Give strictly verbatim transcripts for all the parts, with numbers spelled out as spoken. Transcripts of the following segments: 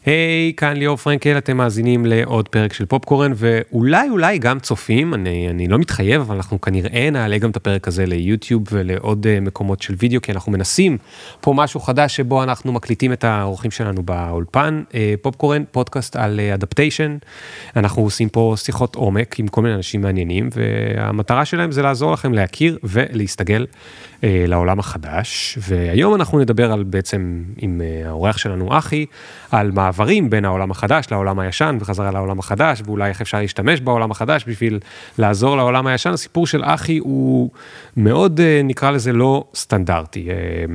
היי, כאן ליאור פרנקל, אתם מאזינים לעוד פרק של פופקורן, ואולי אולי גם צופים, אני, אני לא מתחייב, אבל אנחנו כנראה נעלה גם את הפרק הזה ליוטיוב ולעוד מקומות של וידאו, כי אנחנו מנסים פה משהו חדש שבו אנחנו מקליטים את האורחים שלנו באולפן. פופקורן, פודקאסט על אדפטיישן, אנחנו עושים פה שיחות עומק עם כל מיני אנשים מעניינים, והמטרה שלהם זה לעזור לכם להכיר ולהסתגל לעולם החדש, והיום אנחנו נדבר על בעצם עם האורח שלנו אחי, על מעברים בין העולם החדש לעולם הישן, וחזרה לעולם החדש, ואולי איך אפשר להשתמש בעולם החדש בשביל לעזור לעולם הישן. הסיפור של אחי הוא מאוד, נקרא לזה, לא סטנדרטי.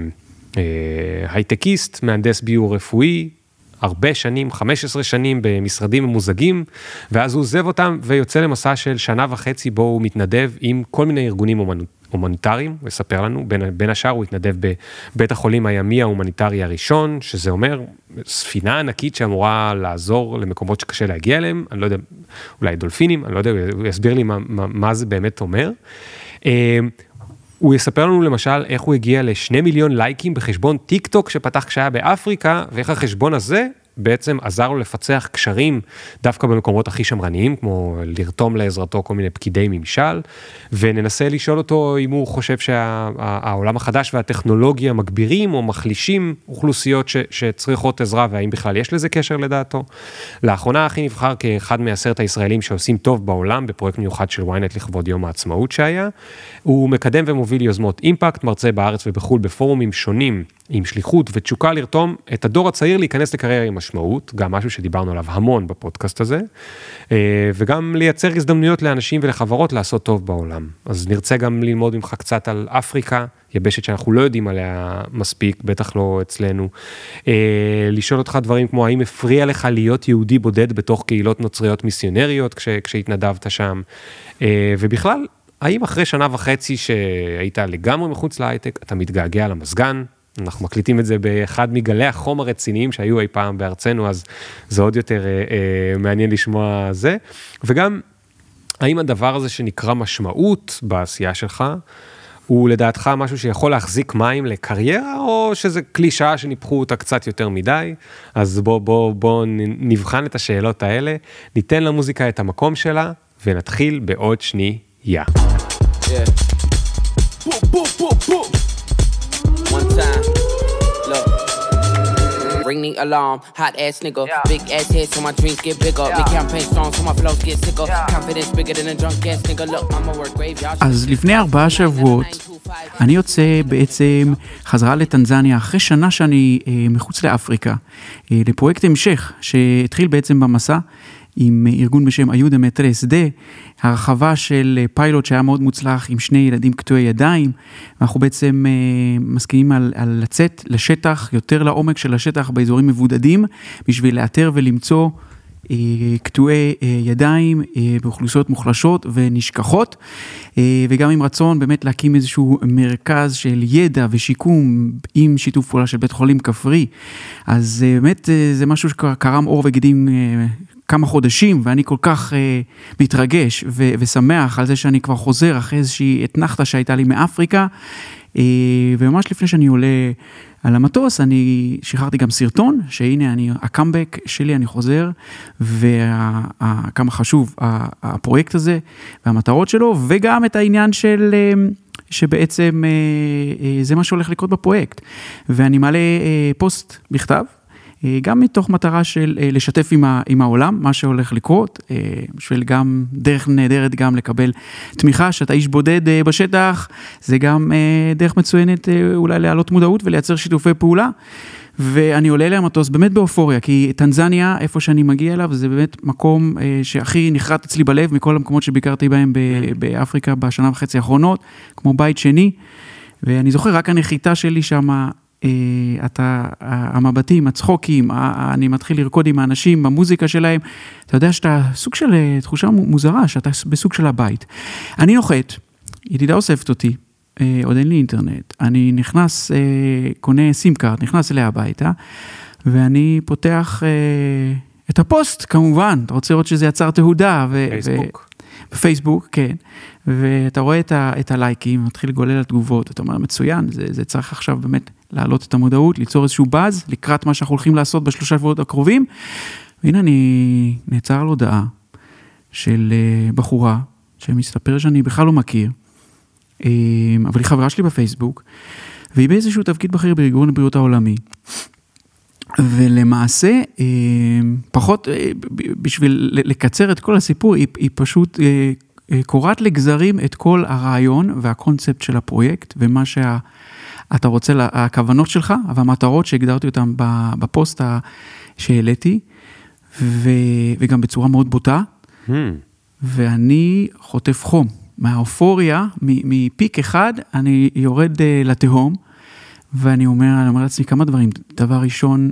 הייטקיסט, מהנדס ביו רפואי, הרבה שנים, חמש עשרה שנים במשרדים ממוזגים, ואז הוא עוזב אותם ויוצא למסע של שנה וחצי בו הוא מתנדב עם כל מיני ארגונים הומניטריים, הוא יספר לנו, בין, בין השאר הוא התנדב בבית החולים הימי ההומניטרי הראשון, שזה אומר ספינה ענקית שאמורה לעזור למקומות שקשה להגיע אליהם, אני לא יודע, אולי דולפינים, אני לא יודע, הוא יסביר לי מה, מה, מה זה באמת אומר. הוא יספר לנו למשל איך הוא הגיע לשני מיליון לייקים בחשבון טיק טוק שפתח כשהיה באפריקה, ואיך החשבון הזה בעצם עזר לו לפצח קשרים דווקא במקומות הכי שמרניים, כמו לרתום לעזרתו כל מיני פקידי ממשל, וננסה לשאול אותו אם הוא חושב שהעולם החדש והטכנולוגיה מגבירים או מחלישים אוכלוסיות ש, שצריכות עזרה, והאם בכלל יש לזה קשר לדעתו. לאחרונה אחי נבחר כאחד מעשרת הישראלים שעושים טוב בעולם, בפרויקט מיוחד של וויינט לכבוד יום העצמאות שהיה. הוא מקדם ומוביל יוזמות אימפקט, מרצה בארץ ובחול בפורומים שונים, עם שליחות ותשוקה לרתום את הדור הצעיר להיכנס לקריירה עם משמעות, גם משהו שדיברנו עליו המון בפודקאסט הזה, וגם לייצר הזדמנויות לאנשים ולחברות לעשות טוב בעולם. אז נרצה גם ללמוד ממך קצת על אפריקה, יבשת שאנחנו לא יודעים עליה מספיק, בטח לא אצלנו, לשאול אותך דברים כמו האם הפריע לך להיות יהודי בודד בתוך קהילות נוצריות מיסיונריות כש, כשהתנדבת שם, ובכלל, האם אחרי שנה וחצי שהיית לגמרי מחוץ להייטק, אתה מתגעגע למזגן? אנחנו מקליטים את זה באחד מגלי החום הרציניים שהיו אי פעם בארצנו, אז זה עוד יותר אה, אה, מעניין לשמוע זה. וגם, האם הדבר הזה שנקרא משמעות בעשייה שלך, הוא לדעתך משהו שיכול להחזיק מים לקריירה, או שזה קלישה שניפחו אותה קצת יותר מדי? אז בוא, בוא, בוא נבחן את השאלות האלה, ניתן למוזיקה את המקום שלה, ונתחיל בעוד שנייה. Yeah. Boom, boom, boom, boom. One time, look, ring the alarm, hot ass nigga, yeah. Big ass head so my dreams get bigger, yeah. Make campaign strong so my flows get sicker, yeah. Confidence bigger than a drunk ass nigga, look, I'ma work graveyard. אז לפני ארבעה שבועות, אני יוצא בעצם חזרה לטנזניה, אחרי שנה שאני אה, מחוץ לאפריקה, אה, לפרויקט המשך, שהתחיל בעצם במסע, עם ארגון בשם איודה מטרס דה, הרחבה של פיילוט שהיה מאוד מוצלח עם שני ילדים קטועי ידיים, ואנחנו בעצם אה, מסכימים על, על לצאת לשטח, יותר לעומק של השטח באזורים מבודדים, בשביל לאתר ולמצוא אה, קטועי אה, ידיים אה, באוכלוסיות מוחלשות ונשכחות, אה, וגם עם רצון באמת להקים איזשהו מרכז של ידע ושיקום עם שיתוף פעולה של בית חולים כפרי. אז אה, באמת אה, זה משהו שקרם עור וגידים אה, כמה חודשים, ואני כל כך אה, מתרגש ו- ושמח על זה שאני כבר חוזר אחרי איזושהי אתנחתה שהייתה לי מאפריקה, אה, וממש לפני שאני עולה על המטוס, אני שחררתי גם סרטון, שהנה אני, הקאמבק שלי, אני חוזר, וכמה חשוב הפרויקט הזה, והמטרות שלו, וגם את העניין של אה, שבעצם אה, אה, זה מה שהולך לקרות בפרויקט, ואני מעלה אה, פוסט בכתב, גם מתוך מטרה של לשתף עם, ה, עם העולם, מה שהולך לקרות, בשביל גם דרך נהדרת גם לקבל תמיכה, שאתה איש בודד בשטח, זה גם דרך מצוינת אולי להעלות מודעות ולייצר שיתופי פעולה, ואני עולה למטוס באמת באופוריה, כי טנזניה, איפה שאני מגיע אליו, זה באמת מקום שהכי נחרט אצלי בלב, מכל המקומות שביקרתי בהם באפריקה בשנה וחצי האחרונות, כמו בית שני, ואני זוכר רק הנחיתה שלי שם, אתה, המבטים, הצחוקים, אני מתחיל לרקוד עם האנשים, המוזיקה שלהם, אתה יודע שאתה סוג של תחושה מוזרה, שאתה בסוג של הבית. אני נוחת, ידידה אוספת אותי, עוד אין לי אינטרנט, אני נכנס, קונה סים קארד, נכנס אליה הביתה, ואני פותח את הפוסט, כמובן, אתה רוצה לראות שזה יצר תהודה. פייסבוק. בפייסבוק, כן. ואתה רואה את, ה, את הלייקים, מתחיל לגולל התגובות, אתה אומר, מצוין, זה, זה צריך עכשיו באמת להעלות את המודעות, ליצור איזשהו באז, לקראת מה שאנחנו הולכים לעשות בשלושה שבועות הקרובים, והנה אני נעצר על הודעה של בחורה, שמסתפר שאני בכלל לא מכיר, אבל היא חברה שלי בפייסבוק, והיא באיזשהו תפקיד בכיר בארגון הבריאות העולמי, ולמעשה, פחות, בשביל לקצר את כל הסיפור, היא, היא פשוט קוראת לגזרים את כל הרעיון והקונספט של הפרויקט, ומה שאתה רוצה, הכוונות שלך, והמטרות שהגדרתי אותן בפוסט שהעליתי, וגם בצורה מאוד בוטה, hmm. ואני חוטף חום. מהאופוריה, מפיק אחד, אני יורד לתהום, ואני אומר, אני אומר לעצמי כמה דברים. דבר ראשון,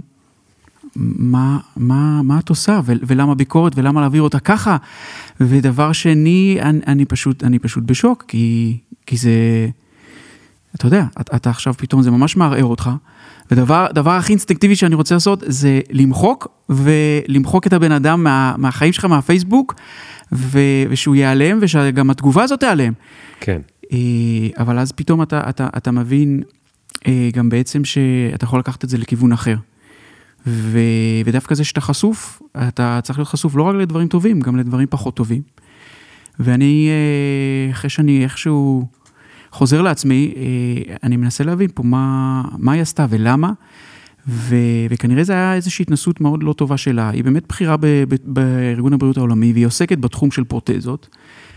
מה, מה, מה את עושה? ולמה ביקורת? ולמה להעביר אותה ככה? ודבר שני, אני, אני פשוט, אני פשוט בשוק, כי, כי זה, אתה יודע, אתה, אתה עכשיו פתאום, זה ממש מערער אותך, ודבר, דבר הכי אינסטינקטיבי שאני רוצה לעשות, זה למחוק, ולמחוק את הבן אדם מה, מהחיים שלך, מהפייסבוק, ו, ושהוא ייעלם, ושגם התגובה הזאת תיעלם. כן. אבל אז פתאום אתה, אתה, אתה מבין, גם בעצם שאתה יכול לקחת את זה לכיוון אחר. ו... ודווקא זה שאתה חשוף, אתה צריך להיות חשוף לא רק לדברים טובים, גם לדברים פחות טובים. ואני, אחרי שאני איכשהו חוזר לעצמי, אני מנסה להבין פה מה, מה היא עשתה ולמה, ו... וכנראה זה היה איזושהי התנסות מאוד לא טובה שלה. היא באמת בחירה ב... ב... בארגון הבריאות העולמי, והיא עוסקת בתחום של פרוטזות,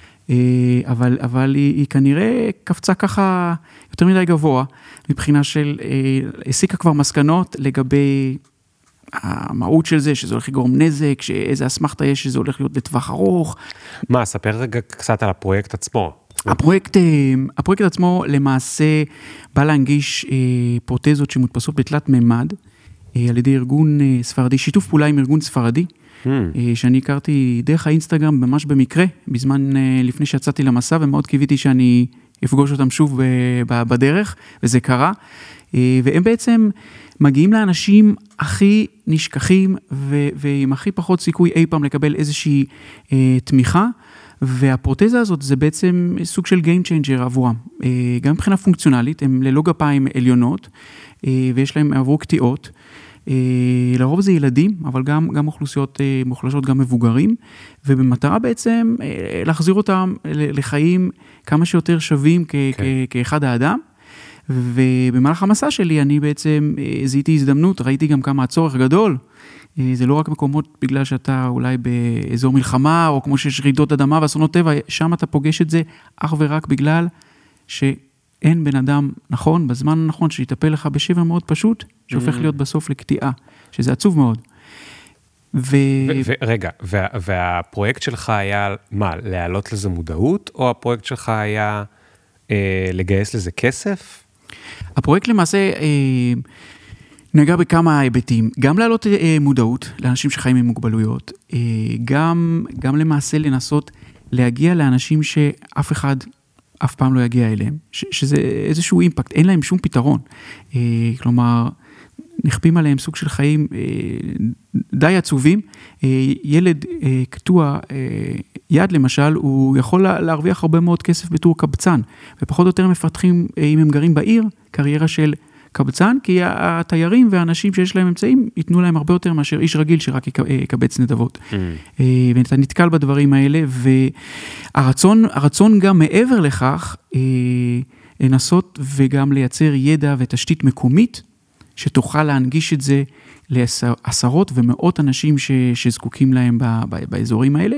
אבל, אבל היא, היא כנראה קפצה ככה יותר מדי גבוה, מבחינה של, הסיקה כבר מסקנות לגבי המהות של זה, שזה הולך לגרום נזק, שאיזה אסמכתה יש, שזה הולך להיות לטווח ארוך. מה, ספר רגע קצת על הפרויקט עצמו. הפרויקט, הפרויקט עצמו למעשה בא להנגיש פרוטזות שמודפסות בתלת ממד, על ידי ארגון ספרדי, שיתוף פעולה עם ארגון ספרדי, Hmm. שאני הכרתי דרך האינסטגרם ממש במקרה, בזמן לפני שיצאתי למסע, ומאוד קיוויתי שאני אפגוש אותם שוב בדרך, וזה קרה, והם בעצם מגיעים לאנשים הכי נשכחים, ועם הכי פחות סיכוי אי פעם לקבל איזושהי תמיכה, והפרוטזה הזאת זה בעצם סוג של game changer עבורם, גם מבחינה פונקציונלית, הם ללא גפיים עליונות, ויש להם עברו קטיעות, לרוב זה ילדים, אבל גם, גם אוכלוסיות מוחלשות, גם מבוגרים, ובמטרה בעצם להחזיר אותם לחיים כמה שיותר שווים כ- okay. כ- כאחד האדם, ובמהלך המסע שלי אני בעצם זיהיתי הזדמנות, ראיתי גם כמה הצורך גדול, זה לא רק מקומות בגלל שאתה אולי באזור מלחמה, או כמו שיש רעידות אדמה ואסונות טבע, שם אתה פוגש את זה אך ורק בגלל ש... אין בן אדם נכון, בזמן הנכון, שיטפל לך בשבר מאוד פשוט, שהופך להיות בסוף לקטיעה, שזה עצוב מאוד. ו... רגע, והפרויקט שלך היה, מה, להעלות לזה מודעות, או הפרויקט שלך היה לגייס לזה כסף? הפרויקט למעשה נגע בכמה היבטים, גם להעלות מודעות לאנשים שחיים עם מוגבלויות, גם, גם למעשה לנסות להגיע לאנשים שאף אחד אף פעם לא יגיע אליהם, ש- שזה איזשהו אימפקט, אין להם שום פתרון. אה, כלומר, נכפים עליהם סוג של חיים אה, די עצובים. אה, ילד אה, קטוע אה, יד למשל, הוא יכול לה, להרוויח הרבה מאוד כסף בתור קבצן, ופחות או יותר מפתחים, אה, אם הם גרים בעיר, קריירה של קבצן, כי התיירים והאנשים שיש להם אמצעים, ייתנו להם הרבה יותר מאשר איש רגיל שרק יקבץ נדבות. Mm. ואתה נתקל בדברים האלה, והרצון, הרצון גם מעבר לכך, לנסות וגם לייצר ידע ותשתית מקומית, שתוכל להנגיש את זה לעשרות ומאות אנשים ש, שזקוקים להם ב, ב, באזורים האלה,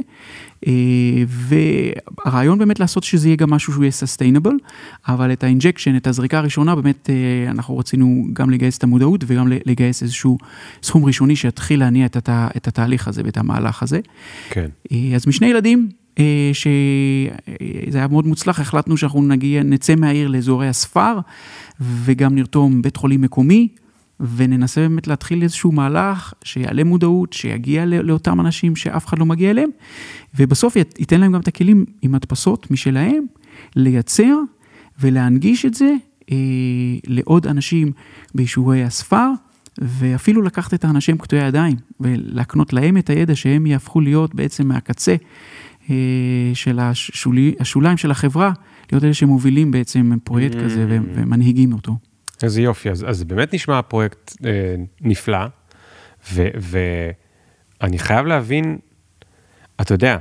והרעיון באמת לעשות שזה יהיה גם משהו שהוא יהיה sustainable, אבל את האינג'קשן, את הזריקה הראשונה, באמת אנחנו רצינו גם לגייס את המודעות, וגם לגייס איזשהו סכום ראשוני שיתחיל להניע את, הת, את התהליך הזה ואת המהלך הזה. כן. אז משני ילדים, שזה היה מאוד מוצלח, החלטנו שאנחנו נגיע, נצא מהעיר לאזורי הספר, וגם נרתום בית חולים מקומי, וננסה באמת להתחיל איזשהו מהלך שיעלה מודעות, שיגיע לאותם אנשים שאף אחד לא מגיע אליהם, ובסוף ייתן להם גם את הכלים עם הדפסות משלהם, לייצר ולהנגיש את זה אה, לעוד אנשים ביישובי הספר, ואפילו לקחת את האנשים קטועי הידיים, ולהקנות להם את הידע שהם יהפכו להיות בעצם מהקצה אה, של השולי, השוליים של החברה, להיות אלה שמובילים בעצם פרויקט כזה ומנהיגים אותו. איזה יופי, אז, אז זה באמת נשמע פרויקט אה, נפלא, ו, ואני חייב להבין, אתה יודע,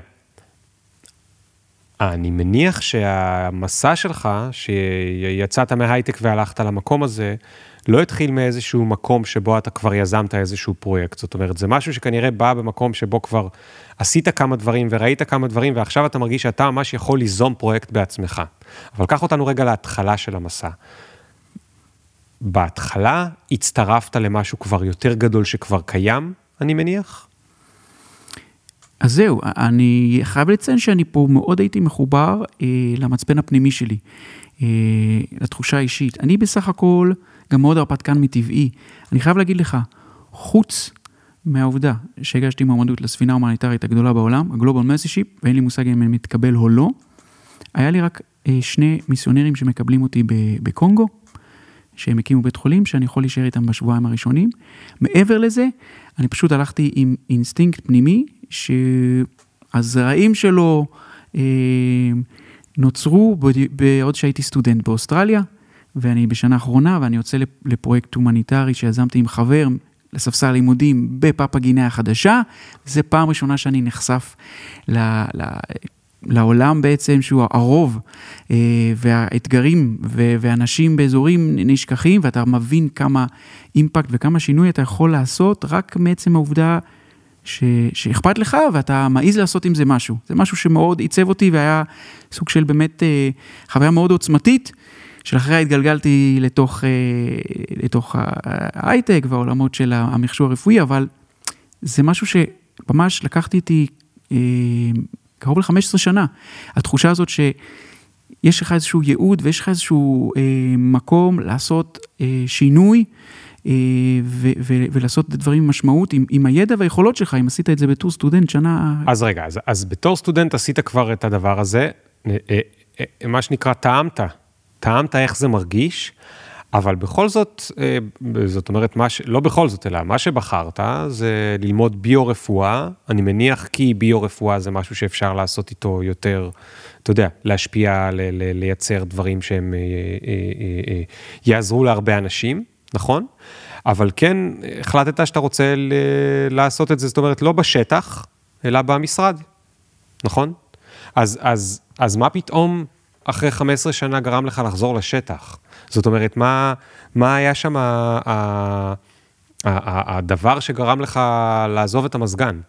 אני מניח שהמסע שלך, שיצאת מההייטק והלכת למקום הזה, לא התחיל מאיזשהו מקום שבו אתה כבר יזמת איזשהו פרויקט. זאת אומרת, זה משהו שכנראה בא במקום שבו כבר עשית כמה דברים וראית כמה דברים, ועכשיו אתה מרגיש שאתה ממש יכול ליזום פרויקט בעצמך. אבל קח אותנו רגע להתחלה של המסע. בהתחלה הצטרפת למשהו כבר יותר גדול שכבר קיים, אני מניח? אז זהו, אני חייב לציין שאני פה מאוד הייתי מחובר אה, למצפן הפנימי שלי, אה, לתחושה האישית. אני בסך הכל גם מאוד הרפתקן מטבעי. אני חייב להגיד לך, חוץ מהעובדה שהגשתי מועמדות לספינה ההומניטרית הגדולה בעולם, הגלובל מרסי-שיפ, ואין לי מושג אם אני מתקבל או לא, היה לי רק אה, שני מיסיונרים שמקבלים אותי בקונגו, שהם הקימו בית חולים, שאני יכול להישאר איתם בשבועיים הראשונים. מעבר לזה, אני פשוט הלכתי עם אינסטינקט פנימי, שהזרעים שלו אה, נוצרו בעוד שהייתי סטודנט באוסטרליה, ואני בשנה האחרונה, ואני יוצא לפרויקט הומניטרי שיזמתי עם חבר, לספסל לימודים בפאפה גינאה החדשה. זה פעם ראשונה שאני נחשף ל... ל לעולם בעצם שהוא הרוב, והאתגרים ואנשים באזורים נשכחים, ואתה מבין כמה אימפקט וכמה שינוי אתה יכול לעשות, רק מעצם העובדה ש... שאכפת לך, ואתה מעיז לעשות עם זה משהו. זה משהו שמאוד עיצב אותי, והיה סוג של באמת חוויה מאוד עוצמתית, שלאחריה התגלגלתי לתוך, לתוך ההייטק והעולמות של המכשור הרפואי, אבל זה משהו שממש לקחתי איתי קרוב ל-חמש עשרה שנה. התחושה הזאת שיש לך איזשהו ייעוד, ויש לך איזשהו אה, מקום לעשות אה, שינוי, אה, ו- ו- ולעשות דברים עם משמעות, עם, עם הידע והיכולות שלך, אם עשית את זה בתור סטודנט שנה... אז רגע, אז, אז בתור סטודנט עשית כבר את הדבר הזה, אה, אה, אה, מה שנקרא טעמת, טעמת איך זה מרגיש, אבל בכל זאת, אה, זאת אומרת, מה ש... לא בכל זאת, אלא מה שבחרת זה ללמוד ביו-רפואה, אני מניח כי ביו-רפואה זה משהו שאפשר לעשות איתו יותר, אתה יודע, להשפיע, ל- ל- לייצר דברים שהם אה, אה, אה, יעזרו להרבה אנשים, נכון? אבל כן, החלטת שאתה רוצה ל- לעשות את זה, זאת אומרת, לא בשטח, אלא במשרד, נכון? אז, אז, אז מה פתאום אחרי חמש עשרה שנה גרם לך לחזור לשטח? זאת אומרת, מה, מה היה שם ה, ה, ה, ה, הדבר שגרם לך לעזוב את המזגן?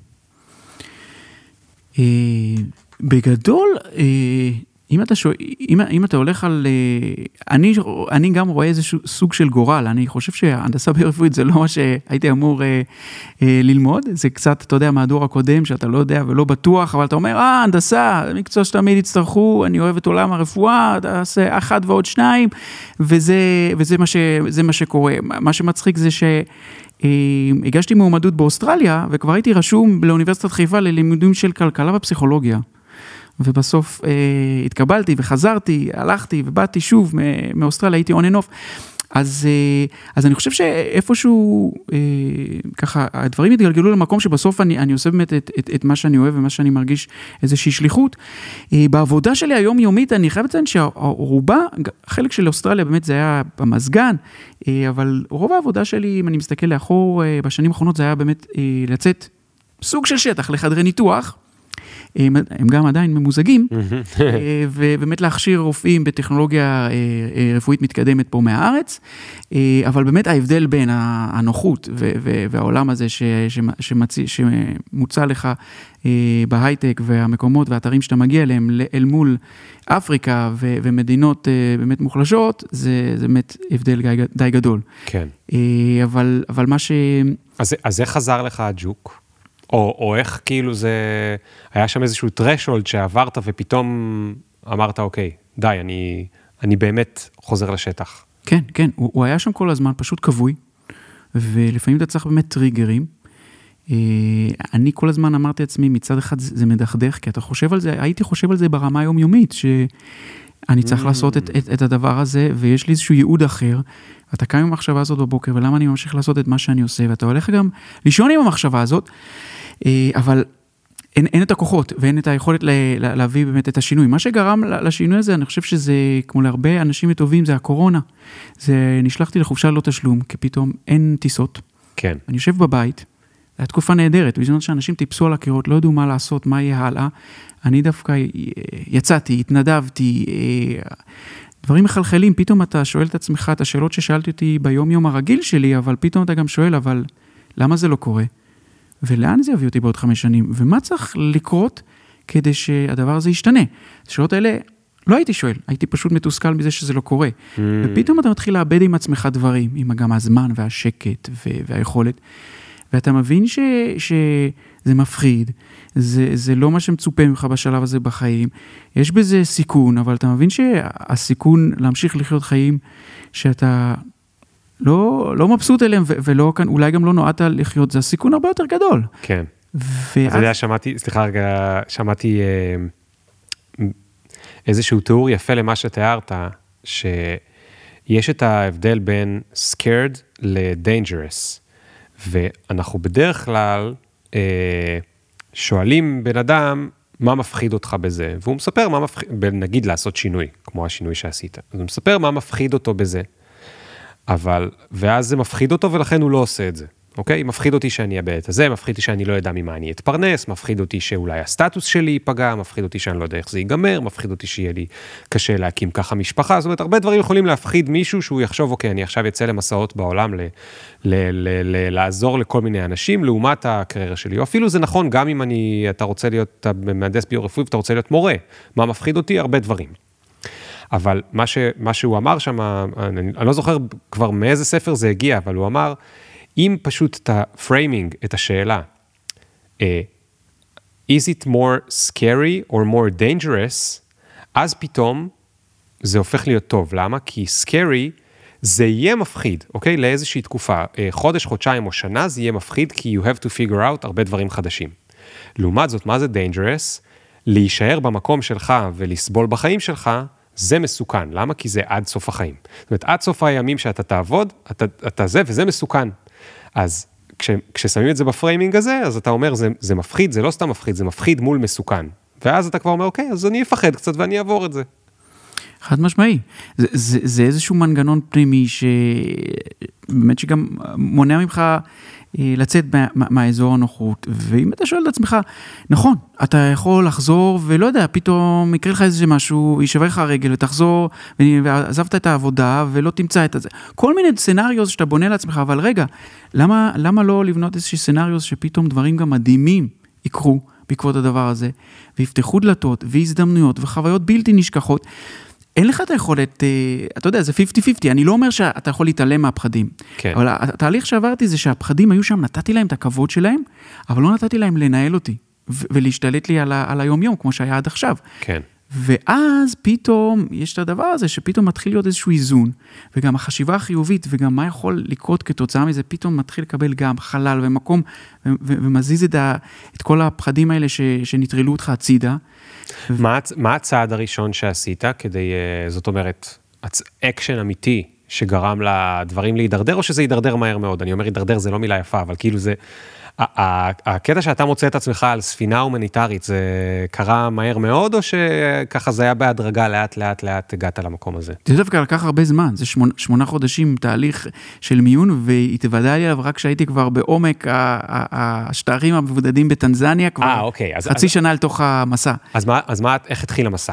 בגדול, אם אתה שואל, אם, אם אתה הולך על, אני, אני גם רואה איזשהו סוג של גורל, אני חושב שההנדסה ביו-רפואית זה לא מה שהייתי אמור אה, אה, ללמוד, זה קצת, אתה יודע, מהדור הקודם, שאתה לא יודע ולא בטוח, אבל אתה אומר, אה, הנדסה, מקצוע שתמיד יצטרכו, אני אוהב את עולם הרפואה, אתה עושה אחד ועוד שניים, וזה, וזה מה ש, זה מה שקורה. מה שמצחיק זה ש... הגשתי מועמדות באוסטרליה, וכבר הייתי רשום לאוניברסיטת חיפה ללימודים של כלכלה ופסיכולוגיה. ובסוף אה, התקבלתי וחזרתי, הלכתי ובאתי שוב מאוסטרליה, הייתי on and off. אז, אה, אז אני חושב שאיפשהו, אה, ככה, הדברים התגלגלו למקום שבסוף אני, אני עושה באמת את, את, את מה שאני אוהב ומה שאני מרגיש איזושהי שליחות. אה, בעבודה שלי היומיומית, אני חייב לציין שהרובה, חלק של אוסטרליה באמת זה היה במזגן, אה, אבל רוב העבודה שלי, אם אני מסתכל לאחור, אה, בשנים האחרונות זה היה באמת אה, לצאת סוג של שטח לחדרי ניתוח, הם, הם גם עדיין ממוזגים, ובאמת להכשיר רופאים בטכנולוגיה רפואית מתקדמת פה מהארץ, אבל באמת ההבדל בין הנוחות והעולם הזה שמוצא לך בהייטק והמקומות והאתרים שאתה מגיע אליהם אל מול אפריקה ומדינות באמת מוחלשות, זה באמת הבדל די גדול. כן. אבל, אבל מה ש... אז, אז איך חזר לך הג'וק? או, או איך כאילו זה, היה שם איזשהו threshold שעברת ופתאום אמרת, אוקיי, די, אני, אני באמת חוזר לשטח. כן, כן, הוא, הוא היה שם כל הזמן פשוט קבוי, ולפעמים אתה צריך באמת טריגרים. אני כל הזמן אמרתי לעצמי, מצד אחד זה מדכדך, כי אתה חושב על זה, הייתי חושב על זה ברמה היומיומית, שאני צריך לעשות את, את, את הדבר הזה, ויש לי איזשהו ייעוד אחר, ואתה קם עם המחשבה הזאת בבוקר, ולמה אני ממשיך לעשות את מה שאני עושה, ואתה הולך גם לישון עם המחשבה הזאת, אבל אין, אין את הכוחות ואין את היכולת לה, לה, להביא באמת את השינוי. מה שגרם לשינוי הזה, אני חושב שזה, כמו להרבה אנשים טובים, זה הקורונה. זה, נשלחתי לחופשה לא תשלום, כי פתאום אין טיסות. כן. אני יושב בבית, זו הייתה תקופה נהדרת, בזמן שאנשים טיפסו על הקירות, לא ידעו מה לעשות, מה יהיה הלאה. אני דווקא יצאתי, התנדבתי, דברים מחלחלים, פתאום אתה שואל את עצמך את השאלות ששאלתי אותי ביום יום הרגיל שלי, אבל פתאום אתה גם שואל, אבל למה זה לא קורה? ולאן זה יביא אותי בעוד חמש שנים? ומה צריך לקרות כדי שהדבר הזה ישתנה? השאלות האלה לא הייתי שואל, הייתי פשוט מתוסכל מזה שזה לא קורה. Mm. ופתאום אתה מתחיל לאבד עם עצמך דברים, עם גם הזמן והשקט והיכולת, ואתה מבין ש, שזה מפחיד, זה, זה לא מה שמצופה ממך בשלב הזה בחיים, יש בזה סיכון, אבל אתה מבין שהסיכון להמשיך לחיות חיים, שאתה לא, לא מבסוט אליהם, ולא, אולי גם לא נועדת לחיות, זה הסיכון הרבה יותר גדול. כן. ואז... אז אני שמעתי, סליחה רגע, שמעתי אה, איזשהו תיאור יפה למה שתיארת, שיש את ההבדל בין scared ל-dangerous, ואנחנו בדרך כלל אה, שואלים בן אדם, מה מפחיד אותך בזה, והוא מספר מה מפחיד, נגיד לעשות שינוי, כמו השינוי שעשית, אז הוא מספר מה מפחיד אותו בזה, אבל, ואז זה מפחיד אותו, ולכן הוא לא עושה את זה, אוקיי? מפחיד אותי שאני אבא את הזה, מפחיד אותי שאני לא יודע ממה אני אתפרנס, מפחיד אותי שאולי הסטטוס שלי ייפגע, מפחיד אותי שאני לא יודע איך זה ייגמר, מפחיד אותי שיהיה לי קשה להקים ככה משפחה, זאת אומרת, הרבה דברים יכולים להפחיד מישהו שהוא יחשוב, אוקיי, אני עכשיו יצא למסעות בעולם ל, ל, ל, ל, לעזור לכל מיני אנשים, לעומת הקריירה שלי, או אפילו זה נכון, גם אם אני, אתה רוצה להיות מהנדס ביו-רפואי, ואתה רוצה להיות מורה, מה מפחיד אותי? הרבה דברים. אבל מה, ש, מה שהוא אמר שם, אני, אני לא זוכר כבר מאיזה ספר זה הגיע, אבל הוא אמר, אם פשוט את הפריימינג, את השאלה, uh, is it more scary or more dangerous, אז פתאום זה הופך להיות טוב. למה? כי scary זה יהיה מפחיד, אוקיי? לאיזושהי תקופה, uh, חודש, חודשיים או שנה, זה יהיה מפחיד, כי you have to figure out הרבה דברים חדשים. לעומת זאת, מה זה dangerous? להישאר במקום שלך ולסבול בחיים שלך, זה מסוכן. למה? כי זה עד סוף החיים. זאת אומרת, עד סוף הימים שאתה תעבוד, אתה, אתה זה, וזה מסוכן. אז כש, כששמים את זה בפריימינג הזה, אז אתה אומר, זה, זה מפחיד, זה לא סתם מפחיד, זה מפחיד מול מסוכן. ואז אתה כבר אומר, אוקיי, אז אני אפחד קצת ואני אעבור את זה. חד משמעי. זה, זה, זה איזשהו מנגנון פנימי שבאמת שגם מונע ממך לצאת מה, מהאזור הנוחות, ואם אתה שואל את עצמך, נכון, אתה יכול לחזור, ולא יודע, פתאום יקרה לך איזה משהו, יישבר לך הרגל, ותחזור, ועזבת את העבודה, ולא תמצא את זה. כל מיני סנריוז שאתה בונה לעצמך, אבל רגע, למה, למה לא לבנות איזושהי סנריוז שפתאום דברים גם מדהימים יקרו בעקבות הדבר הזה, ויפתחו דלתות, והזדמנויות, וחוויות בלתי נשכחות, אין לך את היכולת, אתה יודע, זה חמישים חמישים, אני לא אומר שאתה יכול להתעלם מהפחדים, כן. אבל התהליך שעברתי זה שהפחדים היו שם, נתתי להם את הכבוד שלהם, אבל לא נתתי להם לנהל אותי, ולהשתלט לי על, ה- על היום-יום, כמו שהיה עד עכשיו. כן. ואז פתאום יש את הדבר הזה, שפתאום מתחיל להיות איזשהו איזון, וגם החשיבה החיובית, וגם מה יכול לקרות כתוצאה מזה, פתאום מתחיל לקבל גם חלל ומקום, ו- ו- ומזיז את, ה- את כל הפחדים האלה ש- שנטרלו אותך הצידה. מה, מה הצעד הראשון שעשית כדי, זאת אומרת, אקשן אמיתי שגרם לדברים להידרדר, או שזה יידרדר מהר מאוד? אני אומר, יידרדר זה לא מילה יפה, אבל כאילו זה, הקטע שאתה מוצא את עצמך על ספינה הומניטרית, זה קרה מהר מאוד, או שככה זה היה בהדרגה, לאט לאט לאט הגעת למקום הזה? זה דווקא לקח הרבה זמן, זה שמונה, שמונה חודשים תהליך של מיון, והתוודע לי עליו רק שהייתי כבר בעומק השטחים המבודדים בטנזניה, כבר 아, אוקיי, אז, חצי אז, שנה לתוך המסע. אז מה, אז מה, איך התחיל המסע?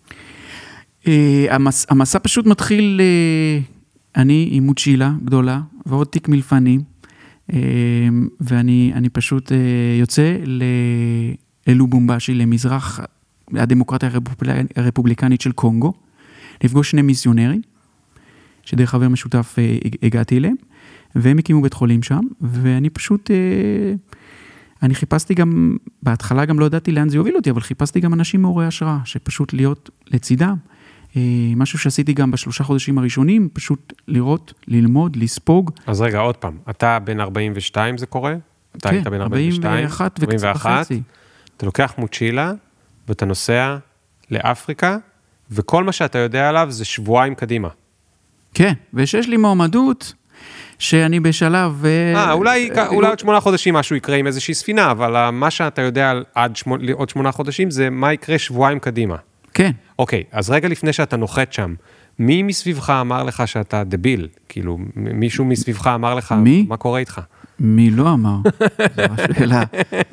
המסע, המסע פשוט מתחיל, אני עם מוצ'ילה גדולה, ועוד תיק מלפנים, ואני אני פשוט יוצא ללובומבשי, למזרח הדמוקרטיה הרפובליקנית של קונגו, לפגוש שני מיסיונרים, שדרך חבר משותף הגעתי אליהם, והם הקימו בית חולים שם, ואני פשוט, אני חיפשתי גם, בהתחלה גם לא ידעתי לאן זה יוביל אותי, אבל חיפשתי גם אנשים מעוררי השראה, שפשוט להיות לצידם, משהו שעשיתי גם בשלושה חודשים הראשונים, פשוט לראות, ללמוד, לספוג. אז רגע, עוד פעם, אתה בן ארבעים ושתיים זה קורה? אתה היית בן ארבעים ושתיים? ארבעים ואחת וחצי. אתה לוקח מוצ'ילה, ואתה נוסע לאפריקה, וכל מה שאתה יודע עליו זה שבועיים קדימה. כן, ושיש לי מועמדות, שאני בשלב... אה, אולי, אולי עוד שמונה חודשים משהו יקרה עם איזושהי ספינה, אבל מה שאתה יודע עד עוד שמונה חודשים זה מה יקרה שבועיים קדימה. כן. אוקיי, אז רגע לפני שאתה נוחת שם, מי מסביבך אמר לך שאתה דביל? כאילו, מישהו מסביבך אמר לך, מי? מה קורה איתך? מי לא אמר? זו השאלה.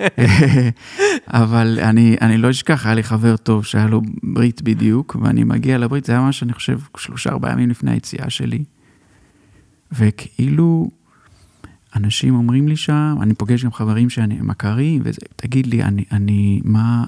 אבל אני, אני לא אשכח, היה לי חבר טוב שהיה לו ברית בדיוק, ואני מגיע לברית, זה היה ממש, אני חושב, שלושה, ארבעה ימים לפני היציאה שלי, וכאילו, אנשים אומרים לי שם, אני פוגש גם חברים שאני מכרים, וזה, תגיד לי, אני, אני, מה...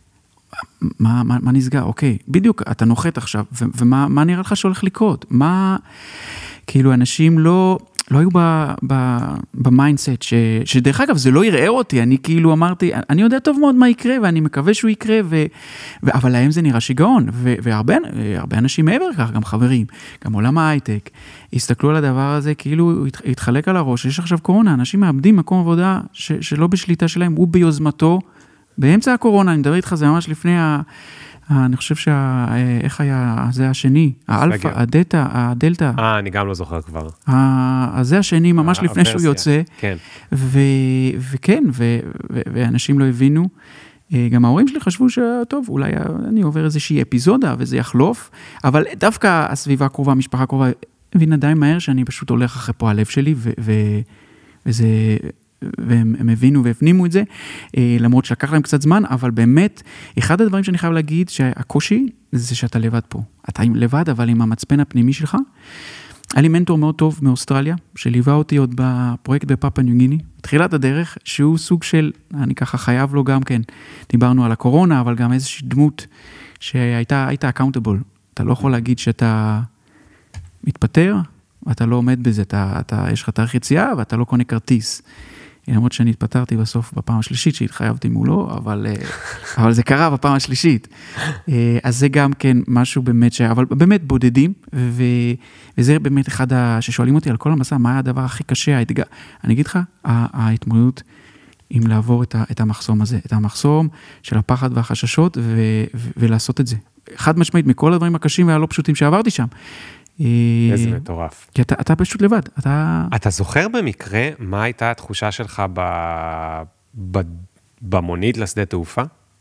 מה, מה, מה נסגר? אוקיי, בדיוק, אתה נוחת עכשיו, ו- ומה מה נראה לך שהולך לקרות? מה, כאילו, אנשים לא, לא היו ב- ב- במיינדסט, ש- שדרך אגב, זה לא יראה אותי, אני כאילו אמרתי, אני יודע טוב מאוד מה יקרה, ואני מקווה שהוא יקרה, ו- ו- אבל להם זה נראה שיגעון, ו- והרבה הרבה אנשים מעבר כך, גם חברים, גם עולם ההייטק, הסתכלו על הדבר הזה, כאילו, התחלק על הראש, יש עכשיו קורונה, אנשים מאבדים מקום עבודה, ש- שלא בשליטה שלהם, הוא ביוזמתו, באמצע הקורונה, אני מדבר איתך, זה ממש לפני, ה, ה, אני חושב שה, איך היה, זה השני, האלפא, הדטה, הדלטה. אה, אני גם לא זוכר כבר. ה, זה השני, ממש לפני שהוא יוצא. כן. ו, וכן, ו, ו, ואנשים לא הבינו. גם ההורים שלי חשבו שטוב, אולי אני עובר איזושהי אפיזודה, וזה יחלוף, אבל דווקא הסביבה הקרובה, המשפחה הקרובה, הבין עדיין מהר שאני פשוט הולך אחרי פה הלב שלי, ו, ו, וזה... והם הם הבינו והפנימו את זה, למרות שלקח להם קצת זמן, אבל באמת, אחד הדברים שאני חייב להגיד, שהקושי זה שאתה לבד פה. אתה לבד, אבל עם המצפן הפנימי שלך. היה לי מנטור מאוד טוב מאוסטרליה, שליווה אותי עוד בפרויקט בפאפה ניו גיני, בתחילת הדרך, שהוא סוג של, אני ככה חייב לו גם כן, דיברנו על הקורונה, אבל גם איזושהי דמות שהייתה, הייתה accountable. אתה לא יכול להגיד שאתה מתפטר, ואתה לא עומד בזה, אתה, אתה, יש לך תאריך יציאה, ואתה לא קונה כרטיס. למרות שאני התפטרתי בסוף בפעם השלישית, שהתחייבתי מולו, אבל, אבל זה קרה בפעם השלישית. אז זה גם כן משהו באמת, ש... אבל באמת בודדים, ו... וזה באמת אחד ה... ששואלים אותי על כל המסע, מה היה הדבר הכי קשה, האתגר. אני אגיד לך, ההתמודדות עם לעבור את, ה... את המחסום הזה, את המחסום של הפחד והחששות, ו... ו... ולעשות את זה. חד משמעית, מכל הדברים הקשים והלא פשוטים שעברתי שם. איזה מטורף. כי אתה, אתה פשוט לבד. אתה... אתה זוכר במקרה מה הייתה התחושה שלך ב... ב... במונית לשדה תעופה?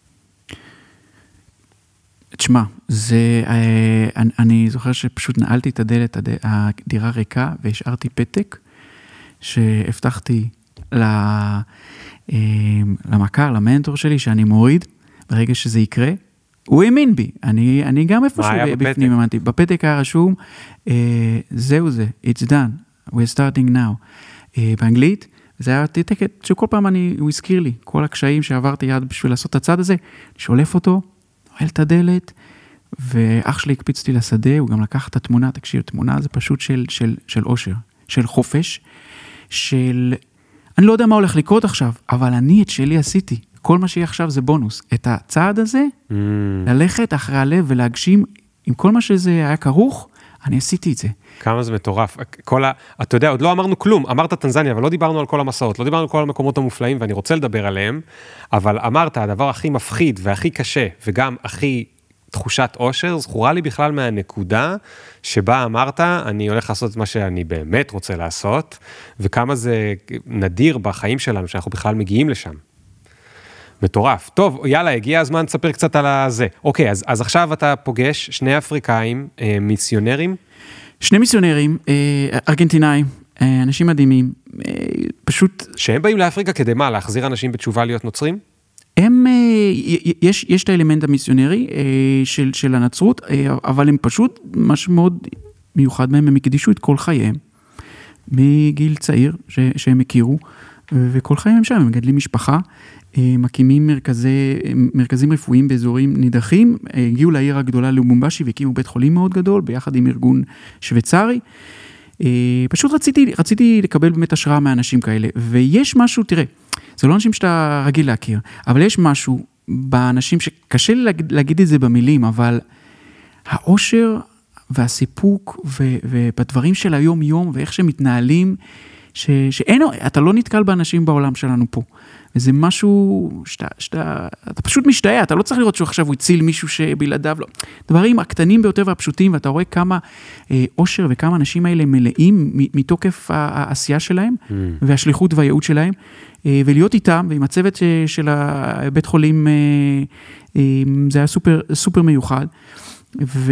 תשמע, זה, אני, אני זוכר שפשוט נעלתי את הדלת, הדירה ריקה, והשארתי פתק, שהבטחתי למכר, למנטור שלי, שאני מוריד, ברגע שזה יקרה, הוא האמין בי, אני, אני גם איפשהו בפנים האמנתי. בפתק היה רשום, אה, זהו זה, it's done, we're starting now. אה, באנגלית, זה היה תתקת שכל פעם אני, הוא הזכיר לי, כל הקשיים שעברתי יד בשביל לעשות את הצד הזה, אני שולף אותו, נועל את הדלת, ואח שלי הקפיץ אותי לשדה, הוא גם לקח את התמונה, תקשיב, תמונה זה פשוט של, של, של אושר, של חופש, של, אני לא יודע מה הולך לקרות עכשיו, אבל אני את שלי עשיתי. כל מה שיהיה עכשיו זה בונוס. את הצעד הזה, mm. ללכת אחרי הלב ולהגשים, עם כל מה שזה היה כרוך, אני עשיתי את זה. כמה זה מטורף. כל ה... אתה יודע, עוד לא אמרנו כלום. אמרת טנזניה, אבל לא דיברנו על כל המסעות, לא דיברנו על כל המקומות המופלאים, ואני רוצה לדבר עליהם, אבל אמרת, הדבר הכי מפחיד והכי קשה, וגם הכי תחושת אושר, זכורה לי בכלל מהנקודה שבה אמרת, אני הולך לעשות את מה שאני באמת רוצה לעשות, וכמה זה נדיר בחיים שלנו, שאנחנו בכלל מגיעים לשם. מטורף. טוב, יאללה, הגיע הזמן, תספר קצת על זה. אוקיי, אז, אז עכשיו אתה פוגש שני אפריקאים, אה, מיסיונרים? שני מיסיונרים, אה, ארגנטינאים, אה, אנשים מדהימים, אה, פשוט... שהם באים לאפריקה כדי מה? להחזיר אנשים בתשובה להיות נוצרים? הם, אה, יש, יש את האלמנט המיסיונרי אה, של, של הנצרות, אה, אבל הם פשוט, משהו מאוד מיוחד מהם, הם הקדישו את כל חייהם, מגיל צעיר ש, שהם הכירו, וכל חיים הם שם, הם מגדלים משפחה, מקימים מרכזי, מרכזים רפואיים באזורים נידחים, הגיעו לעיר הגדולה לובומבשי והקימו בית חולים מאוד גדול, ביחד עם ארגון שוויצרי. פשוט רציתי, רציתי לקבל באמת השראה מאנשים כאלה, ויש משהו, תראה, זה לא אנשים שאתה רגיל להכיר, אבל יש משהו באנשים שקשה לי להגיד, להגיד את זה במילים, אבל האושר והסיפוק ו, ובדברים של היום יום ואיך שמתנהלים, ש, שאין, אתה לא נתקל באנשים בעולם שלנו פה. וזה משהו שאתה, שאתה, אתה פשוט משתאה, אתה לא צריך לראות שעכשיו הוא הציל מישהו שבלעדיו, לא. דברים הקטנים ביותר והפשוטים, ואתה רואה כמה אה, אושר וכמה אנשים האלה מלאים מתוקף העשייה שלהם, mm. והשליחות והייעוד שלהם, אה, ולהיות איתם, ועם הצוות של הבית חולים, אה, אה, זה היה סופר, סופר מיוחד, ו...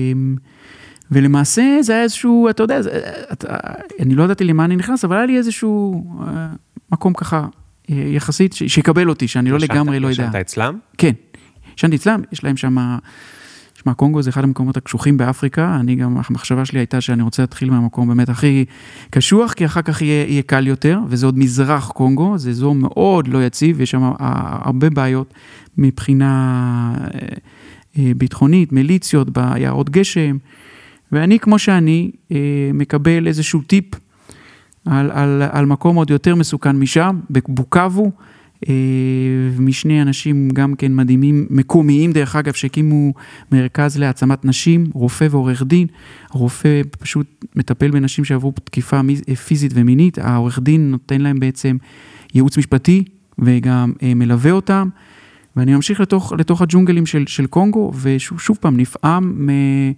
ולמעשה זה היה איזשהו, אתה יודע, אני לא ידעתי למה אני נכנס, אבל היה לי איזשהו מקום ככה, יחסית, שיקבל אותי, שאני לא לגמרי לא יודע. ישנת אצלם? כן, ישנתי אצלם, יש להם שם, שמה, קונגו זה אחד המקומות הקשוחים באפריקה, אני גם, המחשבה שלי הייתה שאני רוצה להתחיל מהמקום באמת הכי קשוח, כי אחר כך יהיה, יהיה קל יותר, וזה עוד מזרח קונגו, זה אזור מאוד לא יציב, ויש שם הרבה בעיות מבחינה ביטחונית, מיליציות, ביערות גשם, ואני כמו שאני מקבל איזשהו טיפ, על, על, על מקום עוד יותר מסוכן משם, בבוקאבו, משני אנשים גם כן מדהימים, מקומיים דרך אגב, שהקימו מרכז להעצמת נשים, רופא ועורך דין, הרופא פשוט מטפל בנשים שעברו תקיפה פיזית ומינית, העורך דין נותן להם בעצם ייעוץ משפטי, וגם מלווה אותם, ואני ממשיך לתוך, לתוך הג'ונגלים של, של קונגו, ושוב שוב פעם נפעם, מ...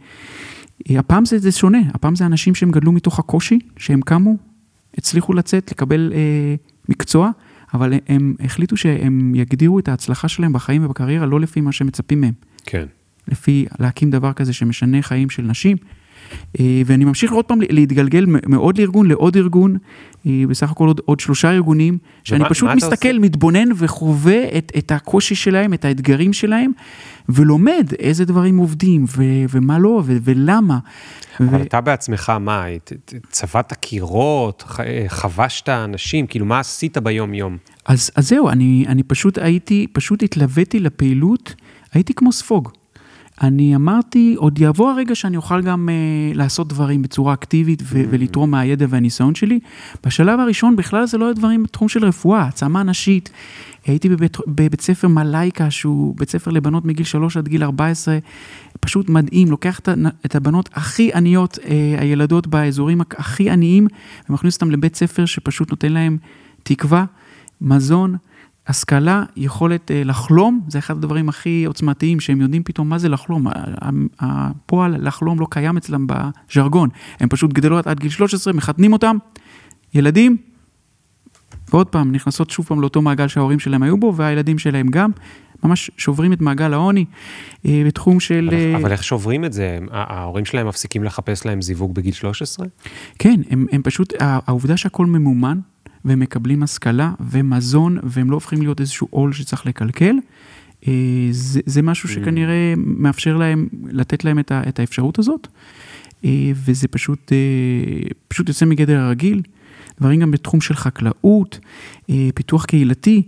הפעם זה, זה שונה, הפעם זה אנשים שהם גדלו מתוך הקושי, שהם קמו, הצליחו לצאת, לקבל אה, מקצוע, אבל הם החליטו שהם יגדירו את ההצלחה שלהם בחיים ובקריירה, לא לפי מה שמצפים מהם. כן. לפי להקים דבר כזה שמשנה חיים של נשים, אה, ואני ממשיך עוד פעם להתגלגל מאוד לארגון, לעוד ארגון, אה, בסך הכל עוד, עוד שלושה ארגונים, שאני ומה, פשוט מסתכל, מתבונן וחווה את, את הקושי שלהם, את האתגרים שלהם, ולומד איזה דברים עובדים, ו, ומה לא, ו, ולמה. אבל ו... אתה בעצמך, מה, צבעת קירות, חבשת אנשים, כאילו מה עשית ביום יום? אז, אז זהו, אני, אני פשוט הייתי, פשוט התלוויתי לפעילות, הייתי כמו ספוג. אני אמרתי, עוד יבוא הרגע שאני אוכל גם uh, לעשות דברים בצורה אקטיבית ו- ולתרום מהידע והניסיון שלי. בשלב הראשון בכלל זה לא היה דברים בתחום של רפואה, עצמה נשית. הייתי בבית, בבית ספר מלייקה, שהוא בית ספר לבנות מגיל שלוש עד גיל ארבע עשרה, פשוט מדהים, לוקח את הבנות הכי עניות, uh, הילדות באזורים הכי עניים, ומכניס אותם לבית ספר שפשוט נותן להם תקווה, מזון, השכלה, יכולת לחלום, זה אחד הדברים הכי עוצמתיים, שהם יודעים פתאום מה זה לחלום, הפועל לחלום לא קיים אצלם בז'רגון, הם פשוט גדלות עד גיל שלוש עשרה, מחתנים אותם, ילדים, ועוד פעם, נכנסות שוב פעם לאותו מעגל שההורים שלהם היו בו, והילדים שלהם גם, ממש שוברים את מעגל העוני, בתחום של... אבל, אבל איך שוברים את זה? ההורים שלהם מפסיקים לחפש להם זיווג בגיל שלוש עשרה? כן, הם, הם פשוט, העובדה שהכל ממומן, והם מקבלים השכלה ומזון, והם לא הופכים להיות איזשהו עול שצריך לקלקל, זה, זה משהו שכנראה מאפשר להם, לתת להם את, ה, את האפשרות הזאת, וזה פשוט, פשוט יוצא מגדר הרגיל, דברים גם בתחום של חקלאות, פיתוח קהילתי,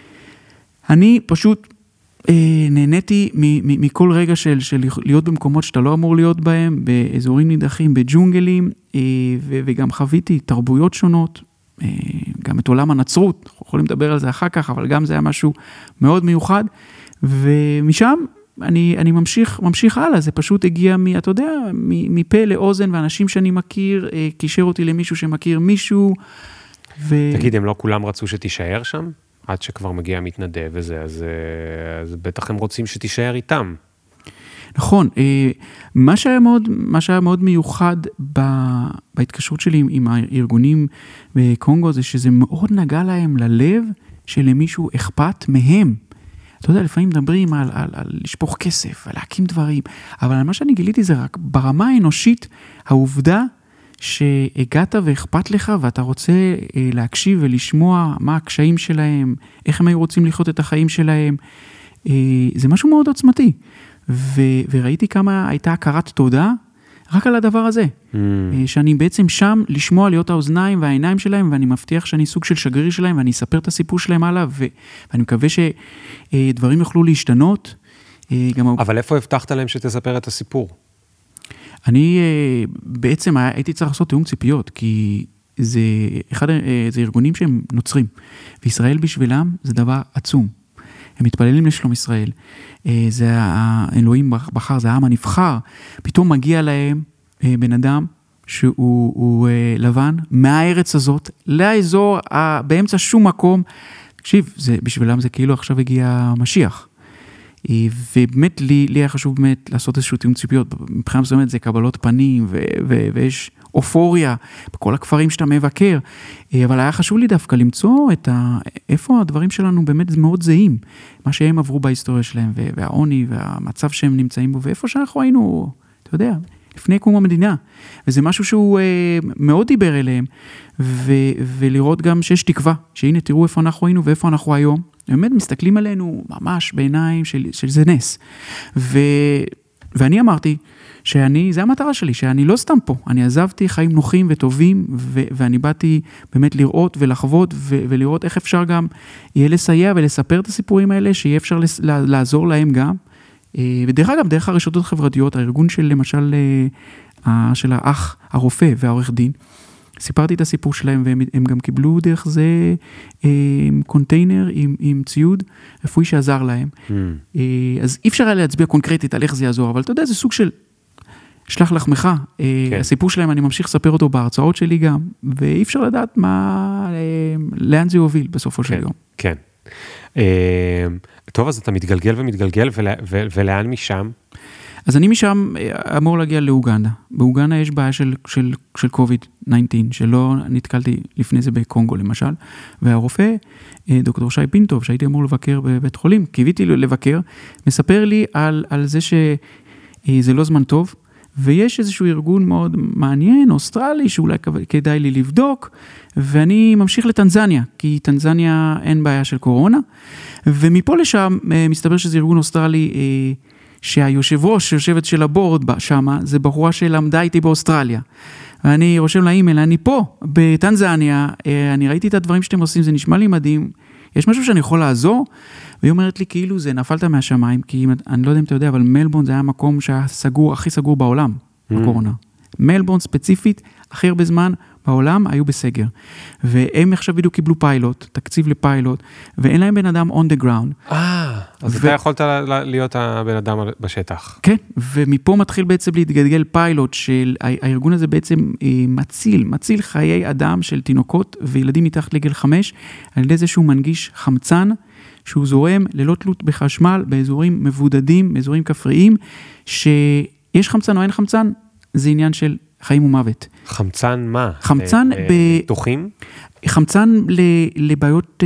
אני פשוט נהניתי מכל רגע של, של להיות במקומות שאתה לא אמור להיות בהם, באזורים נידחים, בג'ונגלים, וגם חוויתי תרבויות שונות, גם את עולם הנצרות, אנחנו יכולים לדבר על זה אחר כך, אבל גם זה היה משהו מאוד מיוחד, ומשם אני, אני ממשיך, ממשיך הלאה, זה פשוט הגיע, מ, אתה יודע, מפה לאוזן, ואנשים שאני מכיר, קישר אותי למישהו שמכיר מישהו. ו... תגיד, הם לא כולם רצו שתישאר שם? עד שכבר מגיע מתנדב וזה, אז, אז בטח הם רוצים שתישאר איתם. נכון, מה שהיה מאוד, מה שהיה מאוד מיוחד בהתקשרות שלי עם הארגונים בקונגו, זה שזה מאוד נגע להם ללב שלמישהו אכפת מהם. אתה יודע, לפעמים מדברים על, על, על לשפוך כסף, על להקים דברים, אבל מה שאני גיליתי זה רק ברמה האנושית, העובדה שהגעת ואכפת לך, ואתה רוצה להקשיב ולשמוע מה הקשיים שלהם, איך הם היו רוצים לחיות את החיים שלהם, זה משהו מאוד עוצמתי. ו- וראיתי כמה הייתה הכרת תודה, רק על הדבר הזה. Mm. שאני בעצם שם לשמוע, להיות האוזניים והעיניים שלהם, ואני מבטיח שאני סוג של שגריר שלהם, ואני אספר את הסיפור שלהם הלאה, ו- ואני מקווה שדברים יוכלו להשתנות. גם... אבל איפה הבטחת להם שתספר את הסיפור? אני בעצם הייתי צריך לעשות תיאום ציפיות, כי זה, אחד, זה ארגונים שהם נוצרים, וישראל בשבילם זה דבר עצום. הם מתפללים לשלום ישראל, זה האלוהים בחר, זה העם הנבחר, פתאום מגיע להם בן אדם שהוא הוא לבן, מהארץ הזאת, לאזור, באמצע שום מקום, תקשיב, זה, בשבילם זה כאילו עכשיו הגיע המשיח. ובאמת לי, לי היה חשוב באמת לעשות איזשהו תיאום ציפיות, מבחינה מסוימת זה קבלות פנים, ו, ו, ויש אופוריה בכל הכפרים שאתה מבקר, אבל היה חשוב לי דווקא למצוא את ה, איפה הדברים שלנו באמת מאוד זהים, מה שהם עברו בהיסטוריה שלהם, והעוני והמצב שהם נמצאים בו, ואיפה שאנחנו היינו, אתה יודע, לפני קום המדינה, וזה משהו שהוא אה, מאוד דיבר אליהם, ו, ולראות גם שיש תקווה, שהנה תראו איפה אנחנו היינו ואיפה אנחנו היום, באמת מסתכלים עלינו ממש בעיניים של, של זה נס, ו, ואני אמרתי שאני, זה המטרה שלי, שאני לא סתם פה, אני עזבתי חיים נוחים וטובים, ו, ואני באתי באמת לראות ולחוות, ו, ולראות איך אפשר גם יהיה לסייע ולספר את הסיפורים האלה, שיהיה אפשר לס, לעזור להם גם, ודרך אגב, דרך הרשתות החברתיות, הארגון של למשל, של האח, הרופא והעורך דין, סיפרתי את הסיפור שלהם, והם גם קיבלו דרך זה קונטיינר עם, עם ציוד רפואי שעזר להם. Mm. אז אי אפשר היה להצביע קונקרטית על איך זה יעזור, אבל אתה יודע, זה סוג של שלח לחמך. כן. הסיפור שלהם, אני ממשיך לספר אותו בהרצאות שלי גם, ואי אפשר לדעת מה, לאן זה יוביל בסופו כן, של יום. כן. טוב, אז אתה מתגלגל ומתגלגל, ולאן משם? אז אני משם אמור להגיע לאוגנדה. באוגנדה יש בעיה של, של, של קוביד תשע עשרה, שלא נתקלתי לפני זה בקונגו למשל, והרופא, דוקטור שי פינטוב, שהייתי אמור לבקר בבית חולים, קיוויתי לבקר, מספר לי על, על זה שזה לא זמן טוב, ויש איזשהו ארגון מאוד מעניין, אוסטרלי, שאולי כדאי לי לבדוק, ואני ממשיך לטנזניה, כי טנזניה אין בעיה של קורונה, ומפה לשם מסתבר שזה ארגון אוסטרלי, שהיושב ראש, שיושבת של הבורד שמה, זה בחורה שלמדה איתי באוסטרליה. ואני רושם לאימייל, אני פה, בטנזניה, אני ראיתי את הדברים שאתם עושים, זה נשמע לי מדהים, יש משהו שאני יכול לעזור? והיא אומרת לי, כאילו זה נפלת מהשמיים, כי אני לא יודע אם אתה יודע, אבל מלבורן זה היה מקום שהיה סגור, הכי סגור בעולם, בקורונה. מלבורן ספציפית, הכי הרבה זמן בעולם היו בסגר. והם עכשיו בדיוק קיבלו פיילוט, תקציב לפיילוט, ואין להם בן אדם on the ground. אה, אז אתה יכולת להיות הבן אדם בשטח. כן, ומפה מתחיל בעצם להתגלגל פיילוט של, הארגון הזה בעצם מציל, מציל חיי אדם של תינוקות וילדים מתחת לגיל חמש, על ידי זה שהוא מנגיש חמצן, שהוא זורם ללא תלות בחשמל, באזורים מבודדים, באזורים כפריים, שיש חמצן או אין חמצן, זה עניין של חיים ומוות. חמצן מה? חמצן ב... תוחים? חמצן לבעיות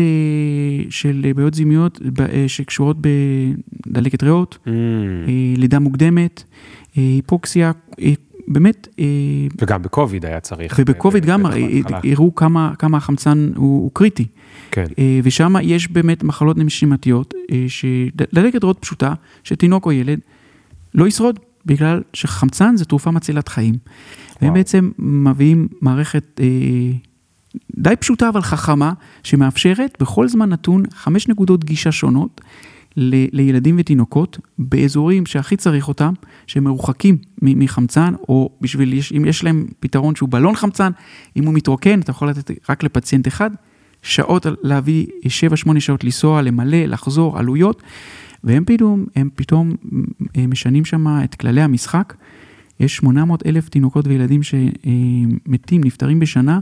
של בעיות זימיות שקשורות בדלקת ריאות, לידה מוקדמת, היפוקסיה, באמת... וגם בקוביד היה צריך. ובקוביד גם הראו כמה החמצן הוא קריטי. כן. ושם יש באמת מחלות נשימתיות, דלקת ריאות פשוטה, שתינוק או ילד לא ישרוד, בגלל שחמצן זה תרופה מצילת חיים. והם בעצם מביאים מערכת אה, די פשוטה אבל חכמה, שמאפשרת בכל זמן נתון חמש נקודות גישה שונות ל, לילדים ותינוקות, באזורים שהכי צריך אותם, שהם מרוחקים מחמצן, או בשביל, יש, אם יש להם פתרון שהוא בלון חמצן, אם הוא מתרוקן, אתה יכול לתת רק לפציינט אחד, שעות להביא שבע שמונה שעות לנסוע, למלא, לחזור, עלויות, והם פתאום, הם פתאום משנים שם את כללי המשחק, יש שמונה מאות אלף תינוקות וילדים שמתים, נפטרים בשנה,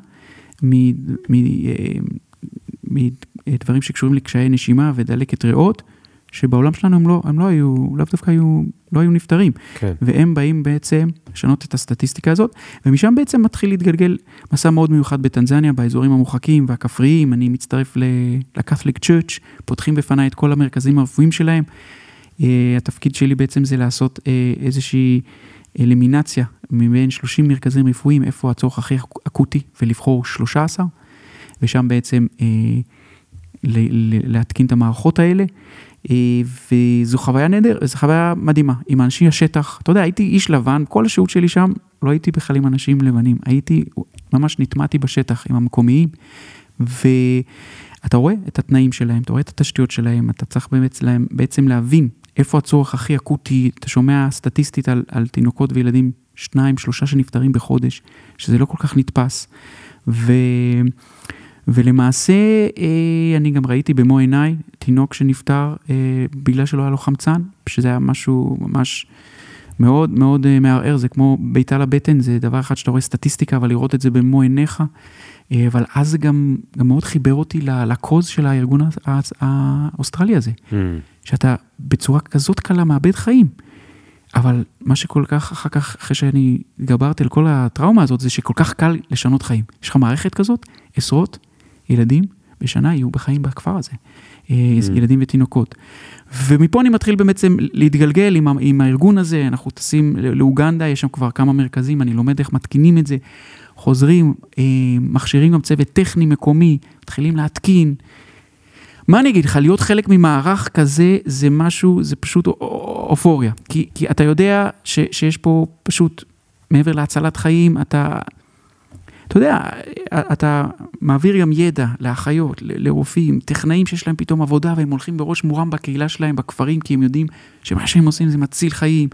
מדברים שקשורים לקשיי נשימה ודלקת ריאות, שבעולם שלנו הם לא, הם לא היו, לא דווקא היו, לא היו נפטרים. כן. והם באים בעצם לשנות את הסטטיסטיקה הזאת, ומשם בעצם מתחיל להתגלגל מסע מאוד מיוחד בטנזניה, באזורים המורחקים והכפריים, אני מצטרף לקת'וליק צ'רץ', פותחים בפניי את כל המרכזים הרפואיים שלהם, התפקיד שלי בעצם זה לעשות איזושהי אלמינציה, מבין שלושים מרכזים רפואיים, איפה הצורך הכי אקוטי, ולבחור שלושה עשר, ושם בעצם להתקין את המערכות האלה, וזו חוויה נהדר, זו חוויה מדהימה, עם אנשים השטח, אתה יודע, הייתי איש לבן, כל השהות שלי שם, לא הייתי בכלל עם אנשים לבנים, הייתי, ממש נטמעתי בשטח עם המקומיים, ואתה רואה את התנאים שלהם, אתה רואה את התשתיות שלהם, אתה צריך בעצם, בעצם להבין איפה הצורך הכי אקוטי, אתה שומע סטטיסטית על, על תינוקות וילדים, שניים, שלושה שנפטרים בחודש, שזה לא כל כך נתפס, ו... ולמעשה, אני גם ראיתי במו עיניי, תינוק שנפטר בגלל שלא היה לו חמצן, שזה היה משהו ממש מאוד מאוד מערער, זה כמו ביתה לבטן, זה דבר אחד שאתה רואה סטטיסטיקה, אבל לראות את זה במו עיניך, אבל אז זה גם, גם מאוד חיבר אותי לקוז של הארגון האוסטרלי הזה, mm. שאתה בצורה כזאת קלה מאבד חיים, אבל מה שכל כך אחר כך, אחרי שאני גברתי על כל הטראומה הזאת, זה שכל כך קל לשנות חיים. יש לך מערכת כזאת, עשרות ילדים בשנה יהיו בחיים בכפר הזה, mm. ילדים ותינוקות. ומפה אני מתחיל בעצם להתגלגל עם, עם הארגון הזה, אנחנו טסים לאוגנדה, יש שם כבר כמה מרכזים, אני לומד איך מתקינים את זה, חוזרים, מכשירים גם צוות טכני מקומי, מתחילים להתקין. מה אני אגיד לך, להיות חלק ממערך כזה, זה משהו, זה פשוט אופוריה. כי, כי אתה יודע ש, שיש פה פשוט, מעבר להצלת חיים, אתה, אתה יודע, אתה מעביר גם ידע לאחיות, לרופאים, טכנאים שיש להם פתאום עבודה, והם הולכים בראש מורם בקהילה שלהם, בכפרים, כי הם יודעים שמה שהם עושים זה מציל חיים.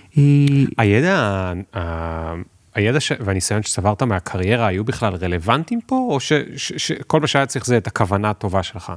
הידע, הידע ש... והניסיון שצברת מהקריירה, היו בכלל רלוונטיים פה, או ש... ש... שכל מה שהיה צריך זה את הכוונה הטובה שלך?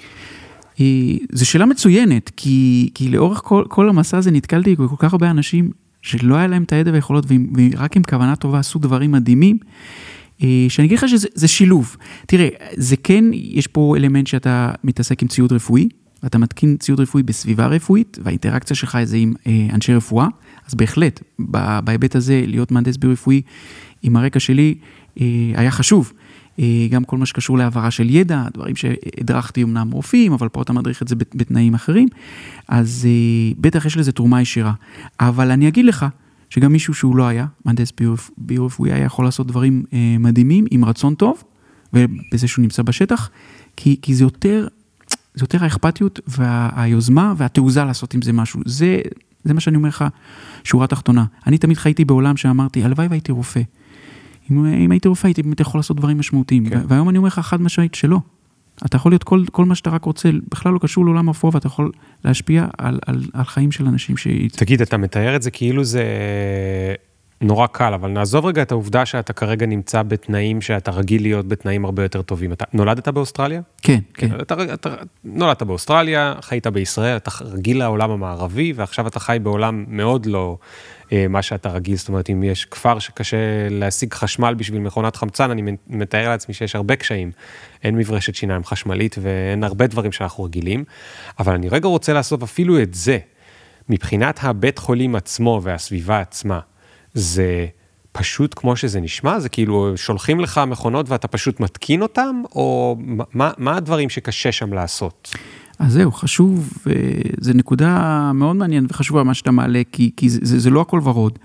זו שאלה מצוינת, כי, כי לאורך כל, כל המסע הזה נתקלתי בכל כך הרבה אנשים שלא היה להם את הידע ויכולות, ורק עם כוונה טובה עשו דברים מדהימים, שאני אגיד לך שזה שילוב. תראה, זה כן, יש פה אלמנט שאתה מתעסק עם ציוד רפואי, ואתה מתקין ציוד רפואי בסביבה רפואית, והאינטראקציה שלך זה עם אנשי רפואה, אז בהחלט, בהיבט הזה, להיות מהנדס ביו-רפואי, עם הרקע שלי, היה חשוב. גם כל מה שקשור להעברה של ידע, דברים שהדרכתי אמנם רופאים, אבל פה אתה מדריך את זה בתנאים אחרים, אז בטח יש לזה תרומה ישירה. אבל אני אגיד לך, שגם מישהו שהוא לא היה, מהנדס ביו-רפואי, היה יכול לעשות דברים מדהימים, עם רצון טוב, ובזה שהוא נמצא בשטח, כי, כי זה יותר, זה יותר האכפתיות והיוזמה והתעוזה לעשות עם זה משהו. זה, זה מה שאני אומר לך, שורה תחתונה. אני תמיד חייתי בעולם שאמרתי, הלוואי והייתי רופא. אם, אם הייתי רופא, הייתי באמת יכול לעשות דברים משמעותיים. כן. והיום אני אומר לך חד משמעית שלא. אתה יכול להיות כל, כל מה שאתה רק רוצה, בכלל לא קשור לעולם הרפואה, ואתה יכול להשפיע על, על, על חיים של אנשים ש... תגיד, אתה מתאר את זה כאילו זה נורא קל, אבל נעזוב רגע את העובדה שאתה כרגע נמצא בתנאים שאתה רגיל להיות בתנאים הרבה יותר טובים. אתה נולדת באוסטרליה? כן, כן. אתה, אתה נולדת באוסטרליה, חיית בישראל, אתה רגיל לעולם המערבי, ועכשיו אתה חי בעולם מאוד לא מה שאתה רגיל. זאת אומרת, אם יש כפר שקשה להשיג חשמל בשביל מכונת חמצן, אני מתאר לעצמי שיש הרבה קשיים. אין מברשת שיניים חשמלית, ואין הרבה דברים שאנחנו רגילים. אבל אני רגע רוצה לעשות אפילו את זה, מבחינת הבית חולים עצמו והסביבה עצמה. זה פשוט כמו שזה נשמע? זה כאילו שולחים לך מכונות ואתה פשוט מתקין אותם? או מה, מה הדברים שקשה שם לעשות? אז זהו, חשוב, זה נקודה מאוד מעניינת וחשובה מה שאתה מעלה, כי, כי זה, זה, זה לא הכל ורוד.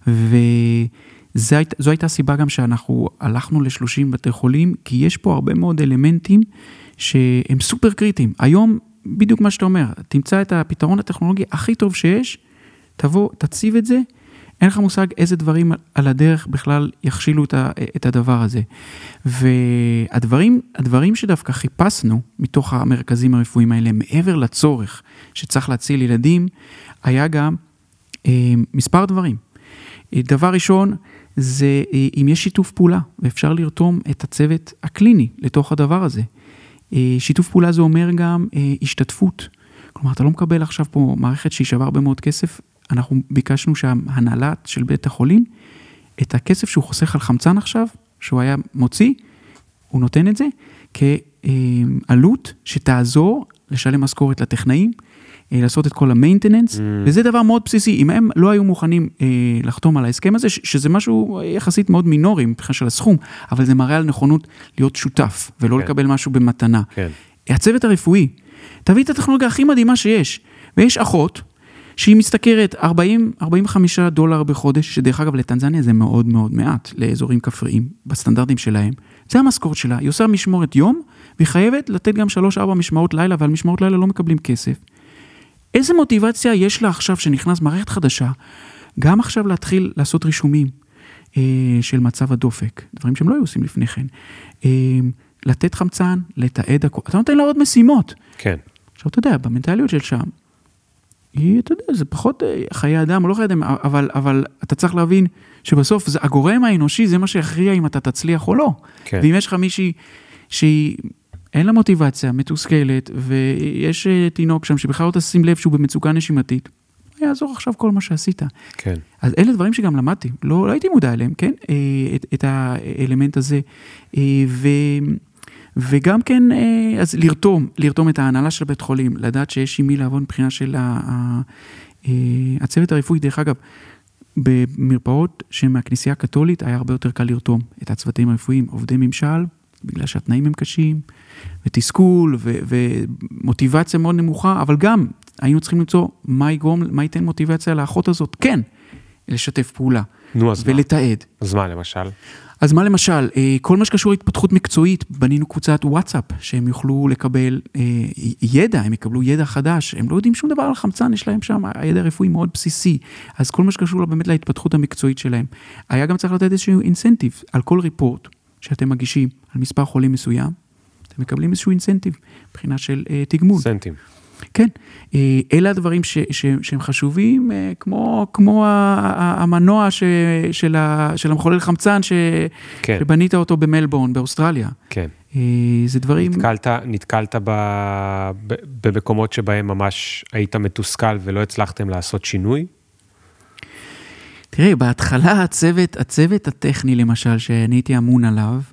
וזו הייתה סיבה גם שאנחנו הלכנו ל-שלושים בתי חולים, כי יש פה הרבה מאוד אלמנטים שהם סופר קריטיים. היום, בדיוק מה שאתה אומר, תמצא את הפתרון הטכנולוגי הכי טוב שיש, תבוא, תציב את זה, אין לך מושג איזה דברים על הדרך בכלל יכשילו את הדבר הזה. והדברים, הדברים שדווקא חיפשנו מתוך המרכזים הרפואיים האלה, מעבר לצורך שצריך להציל ילדים, היה גם אה, מספר דברים. דבר ראשון, זה אה, אם יש שיתוף פעולה, ואפשר לרתום את הצוות הקליני לתוך הדבר הזה. אה, שיתוף פעולה זה אומר גם אה, השתתפות. כלומר, אתה לא מקבל עכשיו פה מערכת שהיא שווה הרבה מאוד כסף, אנחנו ביקשנו שההנהלת של בית החולים, את הכסף שהוא חוסך על חמצן עכשיו, שהוא היה מוציא, הוא נותן את זה כעלות שתעזור לשלם משכורת לטכנאים, לעשות את כל המיינטננס, mm. וזה דבר מאוד בסיסי. אם הם לא היו מוכנים לחתום על ההסכם הזה, שזה משהו יחסית מאוד מינורי מבחינת של הסכום, אבל זה מראה על נכונות להיות שותף, ולא כן. לקבל משהו במתנה. כן. הצוות הרפואי, תביא את הטכנולוגיה הכי מדהימה שיש, ויש אחות, שהיא מסתכרת ארבעים עד ארבעים וחמישה דולר בחודש, שדרך אגב לטנזניה זה מאוד מאוד מעט, לאזורים כפריים, בסטנדרטים שלהם. זה המשכורת שלה, היא עושה משמורת יום, והיא חייבת לתת גם שלוש ארבע משמרות לילה, ועל משמרות לילה לא מקבלים כסף. איזה מוטיבציה יש לה עכשיו שנכנס מערכת חדשה, גם עכשיו להתחיל לעשות רישומים אה, של מצב הדופק, דברים שהם לא היו עושים לפני כן. אה, לתת חמצן, לתעד הכל, אתה נותן לה עוד משימות. כן. עכשיו אתה יודע, במנטליות של שם, היא, אתה יודע, זה פחות חיי אדם או לא חיי אדם, אבל, אבל אתה צריך להבין שבסוף זה, הגורם האנושי זה מה שיכריע אם אתה תצליח או לא. כן. ואם יש לך מישהי שהיא אין לה מוטיבציה, מתוסכלת, ויש תינוק שם שבכלל לא תשים לב שהוא במצוקה נשימתית, יעזור עכשיו כל מה שעשית. כן. אז אלה דברים שגם למדתי, לא, לא הייתי מודע אליהם, כן? את, את האלמנט הזה, ו, וגם כן, אז לרתום, לרתום את ההנהלה של בית חולים, לדעת שיש עם מי לעבוד מבחינה של הצוות הרפואי, דרך אגב, במרפאות שמהכנסייה הקתולית היה הרבה יותר קל לרתום את הצוותים הרפואיים, עובדי ממשל, בגלל שהתנאים הם קשים, ותסכול, ו- ומוטיבציה מאוד נמוכה, אבל גם היינו צריכים למצוא מה יגרום, מה ייתן מוטיבציה לאחות הזאת, כן, לשתף פעולה, נו, אז ולתעד. מה? אז מה למשל? אז מה למשל, כל מה שקשור להתפתחות מקצועית, בנינו קבוצת וואטסאפ, שהם יוכלו לקבל ידע, הם יקבלו ידע חדש, הם לא יודעים שום דבר על חמצן, יש להם שם, הידע הרפואי מאוד בסיסי, אז כל מה שקשור באמת להתפתחות המקצועית שלהם. היה גם צריך לתת איזשהו אינסנטיב על כל ריפורט שאתם מגישים על מספר חולים מסוים, אתם מקבלים איזשהו אינסנטיב, מבחינה של תגמול. אינסנטיב. כן, אלה הדברים ש, ש, שהם חשובים, כמו, כמו המנוע ש, של, ה, של המחולל חמצן ש, כן. שבנית אותו במלבורן, באוסטרליה. כן. זה דברים... נתקלת, נתקלת ב, ב, במקומות שבהם ממש היית מתוסכל ולא הצלחתם לעשות שינוי? תראה, בהתחלה הצוות, הצוות הטכני למשל, שאני הייתי אמון עליו,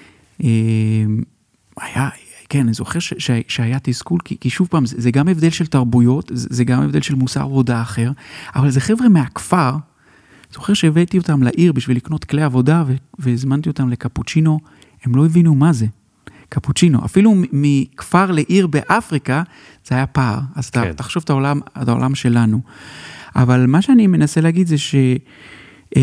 היה... כן, אני זוכר ש- ש- שהיה תסכול, כי, כי שוב פעם, זה, זה גם הבדל של תרבויות, זה, זה גם הבדל של מוסר עבודה אחר, אבל זה חבר'ה מהכפר, זוכר שהבאתי אותם לעיר בשביל לקנות כלי עבודה, ו- והזמנתי אותם לקפוצ'ינו, הם לא הבינו מה זה, קפוצ'ינו. אפילו מ- מכפר לעיר באפריקה, זה היה פער, אז כן. ת, תחשוב את העולם, את העולם שלנו. אבל מה שאני מנסה להגיד זה שהם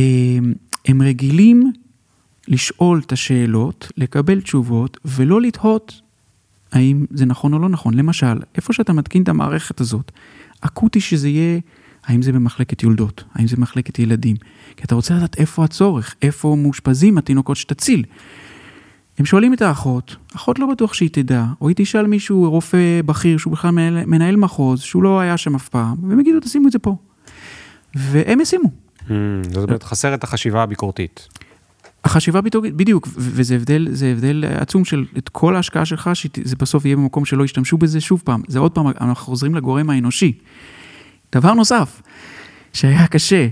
רגילים לשאול את השאלות, לקבל תשובות, ולא לתהות האם זה נכון או לא נכון. למשל, איפה שאתה מתקין את המערכת הזאת, אקוטי שזה יהיה, האם זה במחלקת יולדות, האם זה במחלקת ילדים, כי אתה רוצה לדעת איפה הצורך, איפה מאושפזים התינוקות שתציל. הם שואלים את האחות, אחות לא בטוח שהיא תדע, או היא תשאל מישהו, רופא בכיר, שהוא בכלל מנהל, מנהל מחוז, שהוא לא היה שם אף פעם, והם יגידו, תשימו את זה פה. והם ישימו. זאת אומרת, חסר את החשיבה הביקורתית. החשיבה בדיוק, וזה הבדל, זה הבדל עצום של את כל ההשקעה שלך, שזה בסוף יהיה במקום שלא ישתמשו בזה שוב פעם. זה עוד פעם, אנחנו חוזרים לגורם האנושי. דבר נוסף, שהיה קשה,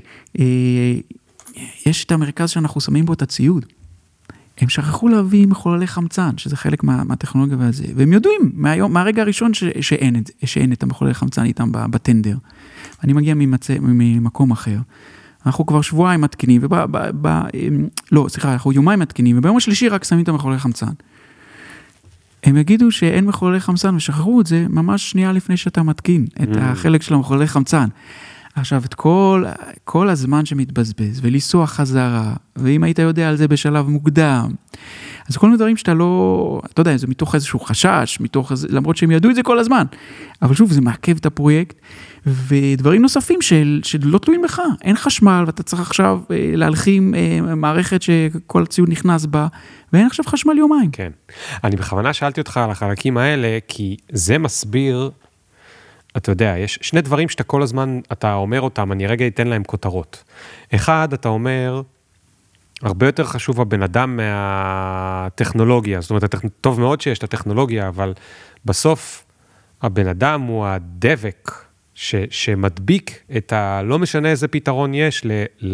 יש את המרכז שאנחנו שמים בו את הציוד. הם שכחו להביא מחוללי חמצן, שזה חלק מה, מהטכנולוגיה והזה, והם יודעים מהיום, מהרגע הראשון ש, שאין, את, שאין את המחוללי חמצן איתם בטנדר. אני מגיע ממצא, ממקום אחר. אנחנו כבר שבועיים מתקינים, וב, ב, ב, לא, סליחה, אנחנו יומיים מתקינים, וביום השלישי רק שמים את המחוללי חמצן. הם יגידו שאין מחוללי חמצן, ושכחו את זה ממש שנייה לפני שאתה מתקין, את החלק של המחוללי חמצן. עכשיו, את כל, כל הזמן שמתבזבז, ולנסוע חזרה, ואם היית יודע על זה בשלב מוקדם, אז כל מיני דברים שאתה לא, אתה יודע, זה מתוך איזשהו חשש, מתוך איזה, למרות שהם ידעו את זה כל הזמן, אבל שוב, זה מעכב את הפרויקט, ודברים נוספים של, שלא תלויים בך, אין חשמל, ואתה צריך עכשיו להלחים מערכת שכל הציוד נכנס בה, ואין עכשיו חשמל יומיים. כן. אני בכוונה שאלתי אותך על החלקים האלה, כי זה מסביר, אתה יודע, יש שני דברים שאתה כל הזמן, אתה אומר אותם, אני רגע אתן להם כותרות. אחד, אתה אומר, הרבה יותר חשוב הבן אדם מהטכנולוגיה, זאת אומרת, טוב מאוד שיש את הטכנולוגיה, אבל בסוף הבן אדם הוא הדבק ש, שמדביק את ה... לא משנה איזה פתרון יש ל, ל,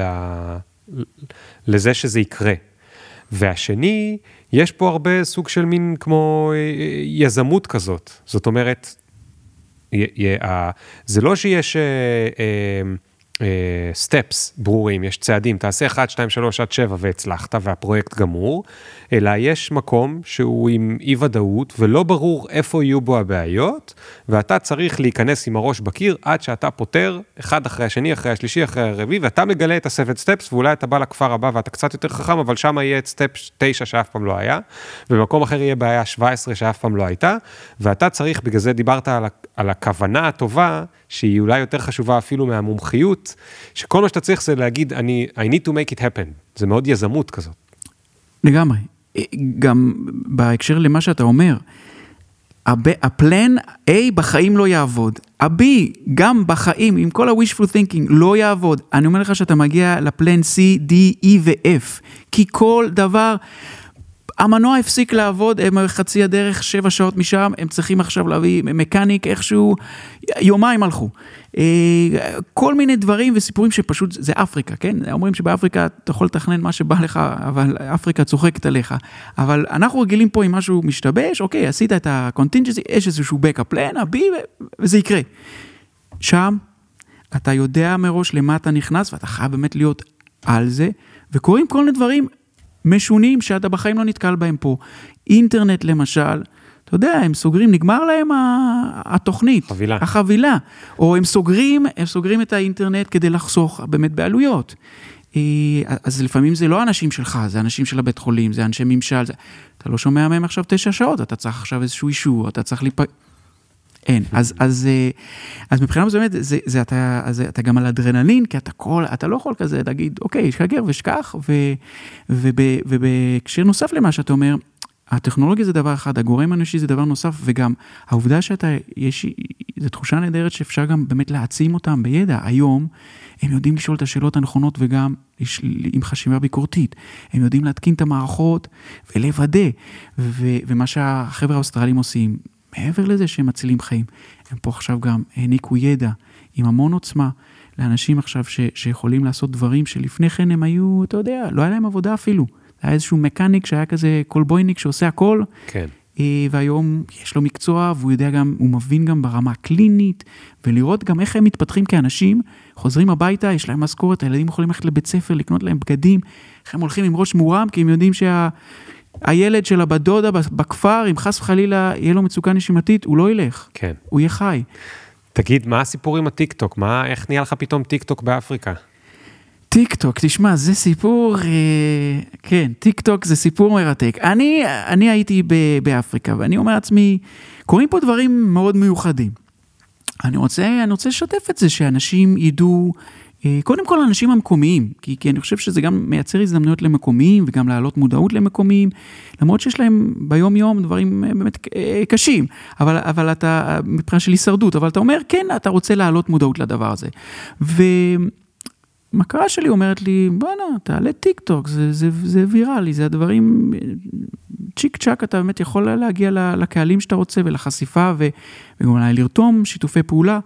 לזה שזה יקרה. והשני, יש פה הרבה סוג של מין כמו יזמות כזאת. זאת אומרת, זה לא שיש סטפס ברורים, יש צעדים, תעשה אחת, שתיים, שלוש, עד שבע והצלחת והפרויקט גמור, אלא יש מקום שהוא עם אי ודאות ולא ברור איפה יהיו בו הבעיות, ואתה צריך להיכנס עם הראש בקיר עד שאתה פותר אחד אחרי השני, אחרי השלישי, אחרי הרביעי, ואתה מגלה את הספט סטפס, ואולי אתה בא לכפר הבא ואתה קצת יותר חכם, אבל שם יהיה את סטפ תשע שאף פעם לא היה, ובמקום אחר יהיה בעיה שבע עשרה שאף פעם לא הייתה, ואתה צריך, בגלל זה דיברת על, על הכוונה הטובה, שהיא אולי יותר חשובה אפילו מהמומחיות, שכל מה שאתה צריך זה להגיד, אני, I need to make it happen. זה מאוד יזמות כזאת. לגמרי. גם בהקשר למה שאתה אומר, הפלן A בחיים לא יעבוד. ה-B גם בחיים, עם כל ה-wishful thinking, לא יעבוד. אני אומר לך שאתה מגיע לפלן C, D, E ו-F, כי כל דבר, המנוע הפסיק לעבוד, הם חצי הדרך, שבע שעות משם, הם צריכים עכשיו להביא מקניק איכשהו, יומיים הלכו. כל מיני דברים וסיפורים שפשוט, זה אפריקה, כן? אומרים שבאפריקה אתה יכול לתכנן מה שבא לך, אבל אפריקה צוחקת עליך. אבל אנחנו רגילים פה עם משהו משתבש, אוקיי, עשית את ה-contingency, יש איזשהו backup plan, הבי, וזה יקרה. שם, אתה יודע מראש למה אתה נכנס, ואתה חייב באמת להיות על זה, וקוראים כל מיני דברים משונים שאתה בחיים לא נתקל בהם פה. אינטרנט למשל, אתה יודע, הם סוגרים, נגמר להם התוכנית, חבילה. החבילה, או הם סוגרים, הם סוגרים את האינטרנט כדי לחסוך באמת בעלויות. אז לפעמים זה לא אנשים שלך, זה אנשים של הבית חולים, זה אנשי ממשל, זה... אתה לא שומע מהם עכשיו תשע שעות, אתה צריך עכשיו איזשהו אישור, אתה צריך להיפ... אין, אז, אז, אז מבחינה מסוימת, זה, זה, אתה, אז אתה גם על אדרנלין, כי אתה כל, אתה לא יכול כזה להגיד, אוקיי, שגר ושכח, ובהקשר נוסף למה שאתה אומר, הטכנולוגיה זה דבר אחד, הגורם האנושי זה דבר נוסף, וגם העובדה שאתה, יש, זו תחושה נהדרת שאפשר גם באמת להעצים אותם בידע. היום הם יודעים לשאול את השאלות הנכונות וגם עם חשיבה ביקורתית. הם יודעים להתקין את המערכות ולוודא. ו, ומה שהחבר'ה האוסטרלים עושים, מעבר לזה שהם מצילים חיים, הם פה עכשיו גם העניקו ידע עם המון עוצמה לאנשים עכשיו ש, שיכולים לעשות דברים שלפני כן הם היו, אתה יודע, לא היה להם עבודה אפילו. היה איזשהו מקניק שהיה כזה קולבויניק שעושה הכל, כן. והיום יש לו מקצוע, והוא יודע גם, הוא מבין גם ברמה הקלינית, ולראות גם איך הם מתפתחים כאנשים, חוזרים הביתה, יש להם משכורת, הילדים יכולים ללכת לבית ספר, לקנות להם בגדים, איך הם הולכים עם ראש מורם, כי הם יודעים שהילד של הבת דודה בכפר, אם חס וחלילה יהיה לו מצוקה נשימתית, הוא לא ילך, כן. הוא יהיה חי. תגיד, מה הסיפור עם הטיק-טוק? מה, איך נהיה לך פתאום טיק-טוק באפריקה? טיק-טוק, תשמע, זה סיפור, אה, כן, טיק-טוק זה סיפור מרתק. אני, אני הייתי ב- באפריקה, ואני אומר לעצמי, קוראים פה דברים מאוד מיוחדים. אני רוצה, אני רוצה לשתף את זה, שאנשים ידעו, אה, קודם כל האנשים המקומיים, כי, כי אני חושב שזה גם מייצר הזדמנויות למקומיים, וגם להעלות מודעות למקומיים, למרות שיש להם ביום יום דברים באמת אה, קשים, אבל, אבל אתה, מבחינה של הישרדות, אבל אתה אומר, כן, אתה רוצה להעלות מודעות לדבר הזה. ו... המכרה שלי אומרת לי, בוא'נה, תעלה טיק טוק, זה, זה, זה ויראלי, זה הדברים, צ'יק צ'ק, אתה באמת יכול להגיע לקהלים שאתה רוצה, ולחשיפה, וגם לרתום שיתופי פעולה,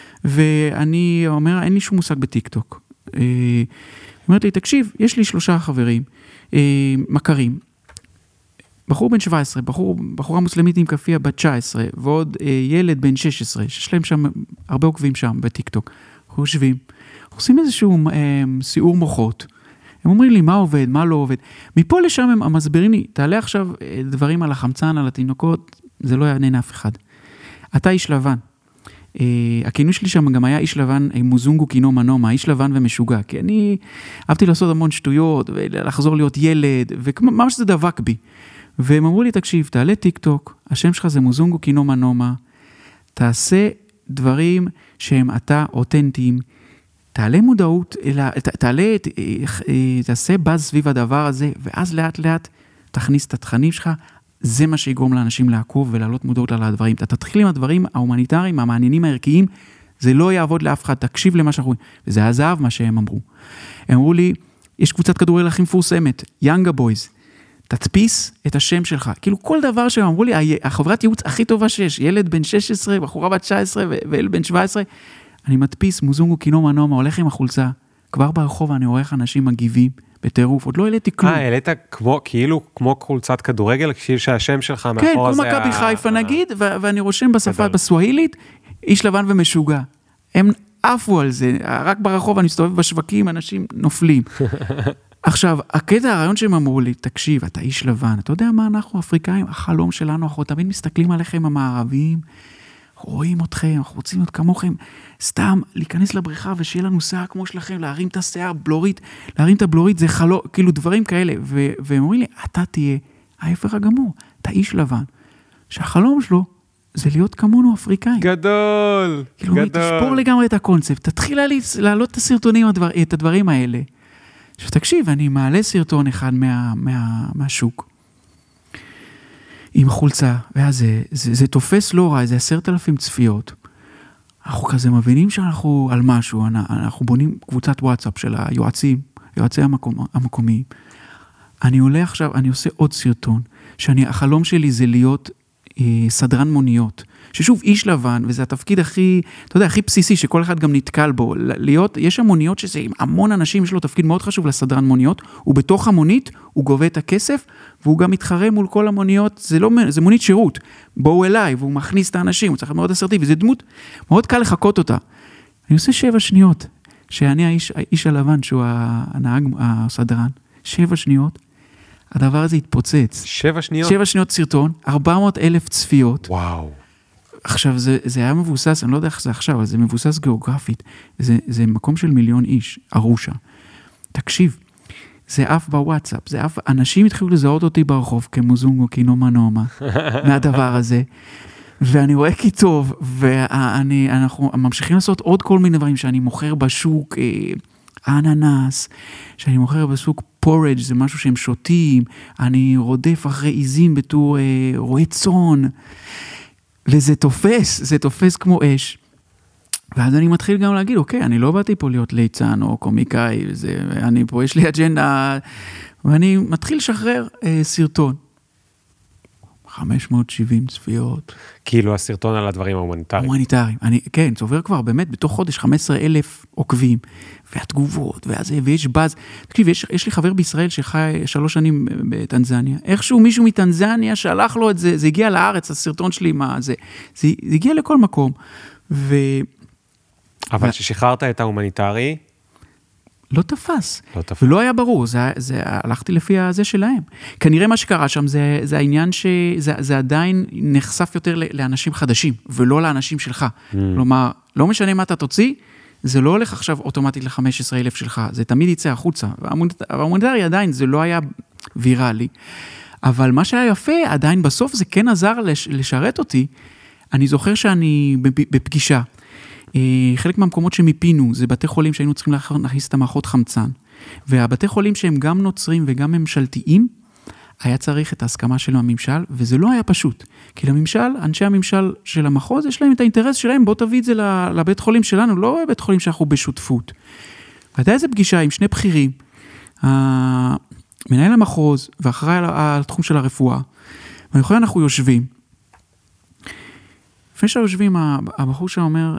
ואני אומר, אין לי שום מושג בטיק טוק. היא אומרת לי, תקשיב, יש לי שלושה חברים, מכרים, בחור בן שבע עשרה, בחור, בחורה מוסלמית עם כפיה בת תשע עשרה, ועוד ילד בן שש עשרה, שיש להם שם, הרבה עוקבים שם בטיק טוק, אנחנו יושבים, עושים איזשהו אה, סיעור מוחות, הם אומרים לי מה עובד, מה לא עובד, מפה לשם הם מסבירים לי, תעלה עכשיו דברים על החמצן, על התינוקות, זה לא יעניין אף אחד. אתה איש לבן, אה, הכינוי שלי שם גם היה איש לבן, מוזונגו קינו מנומה, איש לבן ומשוגע, כי אני אהבתי לעשות המון שטויות, ולחזור להיות ילד, וממש זה דבק בי, והם אמרו לי, תקשיב, תעלה טיק טוק, השם שלך זה מוזונגו קינו מנומה, תעשה דברים שהם אתה אותנטיים, תעלה מודעות, תעלה, תעשה באז סביב הדבר הזה, ואז לאט לאט תכניס את התכנים שלך, זה מה שיגרום לאנשים לעקוב ולעלות מודעות על הדברים. אתה תתחיל עם הדברים ההומניטריים, המעניינים הערכיים, זה לא יעבוד לאף אחד, תקשיב למה שאנחנו, וזה הזהב מה שהם אמרו. הם אמרו לי, יש קבוצת כדורגל הכי מפורסמת, יאנגה בויז, תדפיס את השם שלך, כאילו כל דבר שהם אמרו לי, החברת ייעוץ הכי טובה שיש, ילד בן שש עשרה, בחורה בת תשע עשרה וילד בן שבע עשרה, אני מדפיס מוזונגו קינו מנומה, הולך עם החולצה, כבר ברחוב אני עורך אנשים מגיבים בטירוף, עוד לא העליתי כלום. אה, העלית כמו, כאילו, כמו חולצת כדורגל, כשיר שהשם שלך מאחור כן, הזה... כמו מכבי חיפה נגיד, ואני רושם בשפה בסווהילית, איש לבן ומשוגע. הם עפו על זה, רק ברחוב אני מסתובב בשווקים, אנשים נופלים. עכשיו, הקטע, הרעיון שהם אמרו לי, תקשיב, אתה איש לבן, אתה יודע מה אנחנו אפריקאים, החלום שלנו, אנחנו תמיד מסתכלים עליכם המערביים, רואים אתכם, אנחנו רוצים להיות כמוכם, סתם להיכנס לבריכה ושיהיה לנו שיער כמו שלכם, להרים את השיער, בלורית, להרים את הבלורית, זה חלום, כאילו דברים כאלה, ו- והם אומרים לי, אתה תהיה ההפך הגמור, אתה איש לבן, שהחלום שלו זה להיות כמונו אפריקאים. גדול, כאילו, גדול. תשבור לגמרי את הקונספט, תתחיל להעלות את הסרטונים, את הדברים האלה, שתקשיב, אני מעלה סרטון אחד מה, מה, מהשוק, עם חולצה, ואז זה, זה, זה תופס לא רע, זה עשרת אלפים צפיות. אנחנו כזה מבינים שאנחנו על משהו, אנחנו בונים קבוצת וואטסאפ של היועצים, יועצי המקום, המקומיים. אני עולה עכשיו, אני עושה עוד סרטון, שאני, החלום שלי זה להיות אה, סדרן מוניות, ששוב, איש לבן, וזה התפקיד הכי, אתה יודע, הכי בסיסי, שכל אחד גם נתקל בו, להיות, יש המוניות שזה עם המון אנשים, יש לו תפקיד מאוד חשוב לסדרן מוניות, ובתוך המונית, הוא גובה את הכסף, והוא גם מתחרה מול כל המוניות, זה לא, זה מונית שירות, בואו אליי, והוא מכניס את האנשים, הוא צריך להיות מאוד אסרטיבי, וזה דמות, מאוד קל לחכות אותה. אני עושה שבע שניות, שאני האיש, האיש הלבן, שהוא הנהג, הסדרן, שבע שניות, הדבר הזה התפוצץ. שבע שניות? שבע שניות סרטון, ארבע מאות אלף צפיות. וואו. עכשיו, זה, זה היה מבוסס, אני לא יודע איך זה עכשיו, אבל זה מבוסס גיאוגרפית. זה, זה מקום של מיליון איש, ארושה. תקשיב, זה אף בוואטסאפ, זה אף, אנשים התחילו לזהות אותי ברחוב, כמוזונגו, כנומה נומה, מהדבר הזה. ואני רואה כי טוב, ואני, אנחנו ממשיכים לעשות עוד כל מיני דברים, שאני מוכר בשוק אה, אננס, שאני מוכר בשוק פורג', זה משהו שהם שותים, אני רודף אחרי עיזים בתור אה, רועה צאן, וזה תופס, זה תופס כמו אש. ואז אני מתחיל גם להגיד, אוקיי, אני לא באתי פה להיות ליצן או קומיקאי, וזה, ואני פה, יש לי אג'נדה, ואני מתחיל לשחרר אה, סרטון. חמש מאות שבעים צפיות. כאילו הסרטון על הדברים ההומניטריים. הומניטריים. אני, כן, צובר כבר באמת בתוך חודש חמישה עשר אלף עוקבים, והתגובות, והזה, ויש באז. תקשיב, יש, יש לי חבר בישראל שחי שלוש שנים בטנזניה. איכשהו מישהו מטנזניה שלח לו את זה, זה הגיע לארץ, הסרטון שלי, מה זה, זה, זה הגיע לכל מקום. ו... אבל ו... ששחררת את ההומניטרי, לא תפס. לא תפס. ולא היה ברור, זה, זה, הלכתי לפי הזה שלהם. כנראה מה שקרה שם זה, זה העניין שזה זה עדיין נחשף יותר לאנשים חדשים, ולא לאנשים שלך. Mm. כלומר, לא משנה מה אתה תוציא, זה לא הולך עכשיו אוטומטית ל-חמישה עשר אלף שלך, זה תמיד יצא החוצה. וההומניטרי עדיין, זה לא היה ויראלי. אבל מה שהיה יפה, עדיין בסוף זה כן עזר לש, לשרת אותי. אני זוכר שאני בפגישה, חלק מהמקומות שמיפינו, זה בתי חולים שהיינו צריכים להכניס את המערכות חמצן, והבתי חולים שהם גם נוצרים וגם ממשלתיים, היה צריך את ההסכמה של הממשל, וזה לא היה פשוט, כי לממשל, אנשי הממשל של המחוז, יש להם את האינטרס שלהם, בוא תביא את זה לבית חולים שלנו, לא בית חולים שאנחנו בשותפות. והייתה איזו פגישה עם שני בכירים, מנהל המחוז, ואחראי על התחום של הרפואה, ואני חושב אנחנו יושבים, לפני שיושבים, הבחור שם אומר,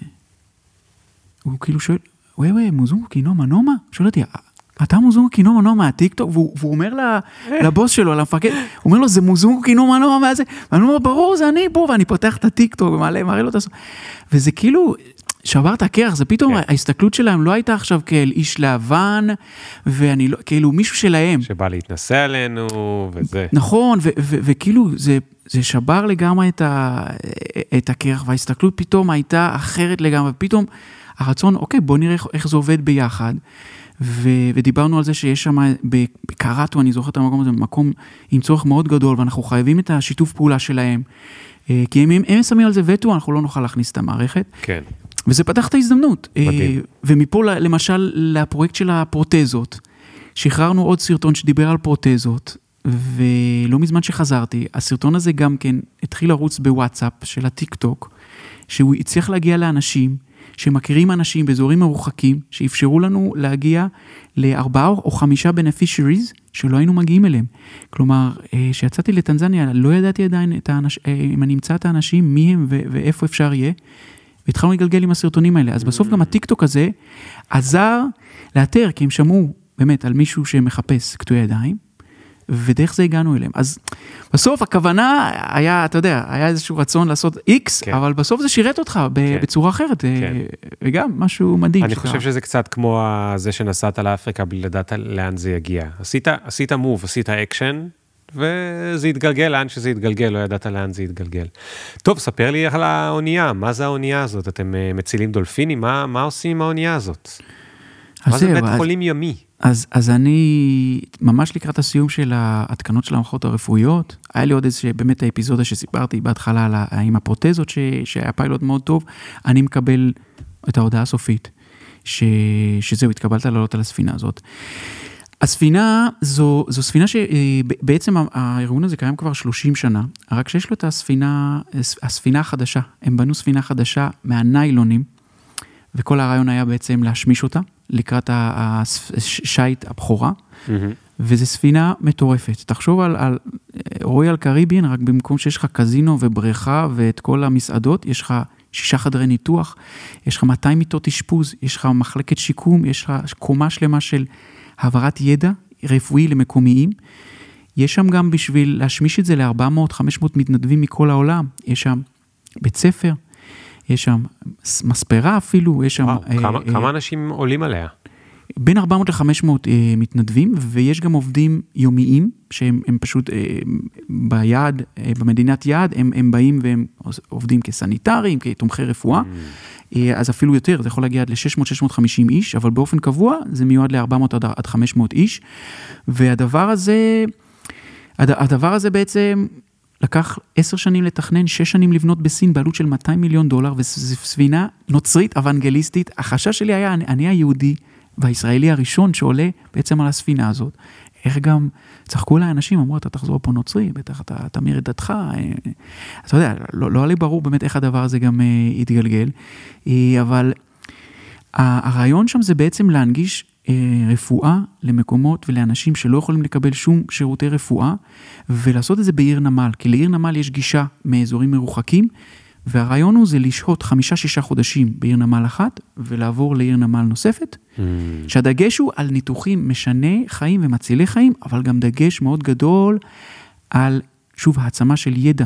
הוא כאילו שואל, וואי וואי, מוזונגו קינומה נומה? שואל אותי, אתה מוזונגו קינומה נומה מהטיקטוק? והוא אומר לבוס שלו, למפקד, הוא אומר לו, זה מוזונגו קינומה נומה מהזה? ואני אומר, ברור, זה אני פה, ואני פותח את הטיקטוק, ומעלה, מראה לו את הסוף. וזה כאילו, שבר את הכרח, זה פתאום, ההסתכלות שלהם לא הייתה עכשיו כאל איש לבן, ואני לא, כאילו מישהו שלהם. שבא להתנסה עלינו, וזה. נכון, וכאילו, זה... זה שבר לגמרי את, ה, את הכרח, וההסתכלות פתאום הייתה אחרת לגמרי, פתאום הרצון, אוקיי, בוא נראה איך זה עובד ביחד, ו, ודיברנו על זה שיש שם, בקראטו, אני זוכר את המקום הזה, מקום עם צורך מאוד גדול, ואנחנו חייבים את השיתוף פעולה שלהם, כי אם הם, הם שמים על זה וטו, אנחנו לא נוכל להכניס את המערכת. כן. וזה פתח את ההזדמנות. מדהים. ומפה, למשל, לפרויקט של הפרוטזות, שחררנו עוד סרטון שדיבר על פרוטזות, ולא מזמן שחזרתי, הסרטון הזה גם כן התחיל לרוץ בוואטסאפ של הטיק-טוק, שהוא הצליח להגיע לאנשים שמכירים אנשים באזורים מרוחקים, שאפשרו לנו להגיע לארבעה או חמישה beneficiaries שלא היינו מגיעים אליהם. כלומר, שיצאתי לטנזניה, לא ידעתי עדיין את האנש... אם אני אמצא את האנשים, מי הם ו... ואיפה אפשר יהיה, והתחלנו לגלגל עם הסרטונים האלה. אז בסוף גם הטיק-טוק הזה עזר לאתר, כי הם שמעו באמת על מישהו שמחפש קטועי ידיים, ודרך זה הגענו אליהם. אז בסוף הכוונה היה, אתה יודע, היה איזשהו רצון לעשות איקס, כן. אבל בסוף זה שירת אותך כן. בצורה אחרת, כן. וגם משהו מדהים. אני חושב שזה קצת כמו זה שנסעת לאפריקה בלי לדעת לאן זה יגיע. עשית, עשית מוב, עשית אקשן, וזה התגלגל לאן שזה התגלגל, לא ידעת לאן זה התגלגל. טוב, ספר לי על האונייה, מה זה האונייה הזאת? אתם מצילים דולפינים? מה, מה עושים עם האונייה הזאת? מה זה בית חולים ימי? אז, אז אני ממש לקראת הסיום של ההתקנות של המערכות הרפואיות, היה לי עוד איזה באמת האפיזודה שסיפרתי בהתחלה על, עם הפרוטזות, ש, שהיה פיילוט מאוד טוב, אני מקבל את ההודעה הסופית, ש, שזהו, התקבלת לעלות על הספינה הזאת. הספינה זו, זו ספינה שבעצם הארגון הזה קיים כבר שלושים שנה, רק שיש לו את הספינה, הספינה החדשה, הם בנו ספינה חדשה מהניילונים, וכל הרעיון היה בעצם להשמיש אותה, לקראת השייט הבכורה, וזו ספינה מטורפת. תחשוב על, על רויאל קריביאן, רק במקום שיש לך קזינו ובריכה ואת כל המסעדות, יש לך שישה חדרי ניתוח, יש לך מאתיים מיטות אשפוז, יש לך מחלקת שיקום, יש לך קומה שלמה של העברת ידע רפואי למקומיים. יש שם גם בשביל להשמיש את זה ל-ארבע מאות חמש מאות מתנדבים מכל העולם. יש שם בית ספר, יש שם מספרה אפילו, יש שם... וואו, אה, כמה, אה, כמה אנשים עולים עליה? בין ארבע מאות ל-חמש מאות אה, מתנדבים, ויש גם עובדים יומיים, שהם הם פשוט אה, ביעד, אה, במדינת יעד, הם, הם באים והם עובדים כסניטרים, כתומכי רפואה, mm. אה, אז אפילו יותר, זה יכול להגיע עד ל-שש מאות עד שש מאות וחמישים איש, אבל באופן קבוע זה מיועד ל-ארבע מאות עד חמש מאות איש, והדבר הזה, הד, הדבר הזה בעצם לקח עשר שנים לתכנן, שש שנים לבנות בסין, בעלות של מאתיים מיליון דולר, וזו ספינה נוצרית, אוונגליסטית. החשש שלי היה, אני, אני היהודי, והישראלי הראשון שעולה בעצם על הספינה הזאת. איך גם צחקו לה אנשים, אמרו, אתה תחזור פה נוצרי, בטח אתה תמיר את דתך. אתה יודע, לא, לא היה לי ברור באמת איך הדבר הזה גם התגלגל, אבל הרעיון שם זה בעצם להנגיש רפואה למקומות ולאנשים שלא יכולים לקבל שום שירותי רפואה, ולעשות את זה בעיר נמל, כי לעיר נמל יש גישה מאזורים מרוחקים, והרעיון הוא זה לשהות חמישה, שישה חודשים בעיר נמל אחת, ולעבור לעיר נמל נוספת, mm. שהדגש הוא על ניתוחים משני חיים ומצילי חיים, אבל גם דגש מאוד גדול על, שוב, העצמה של ידע.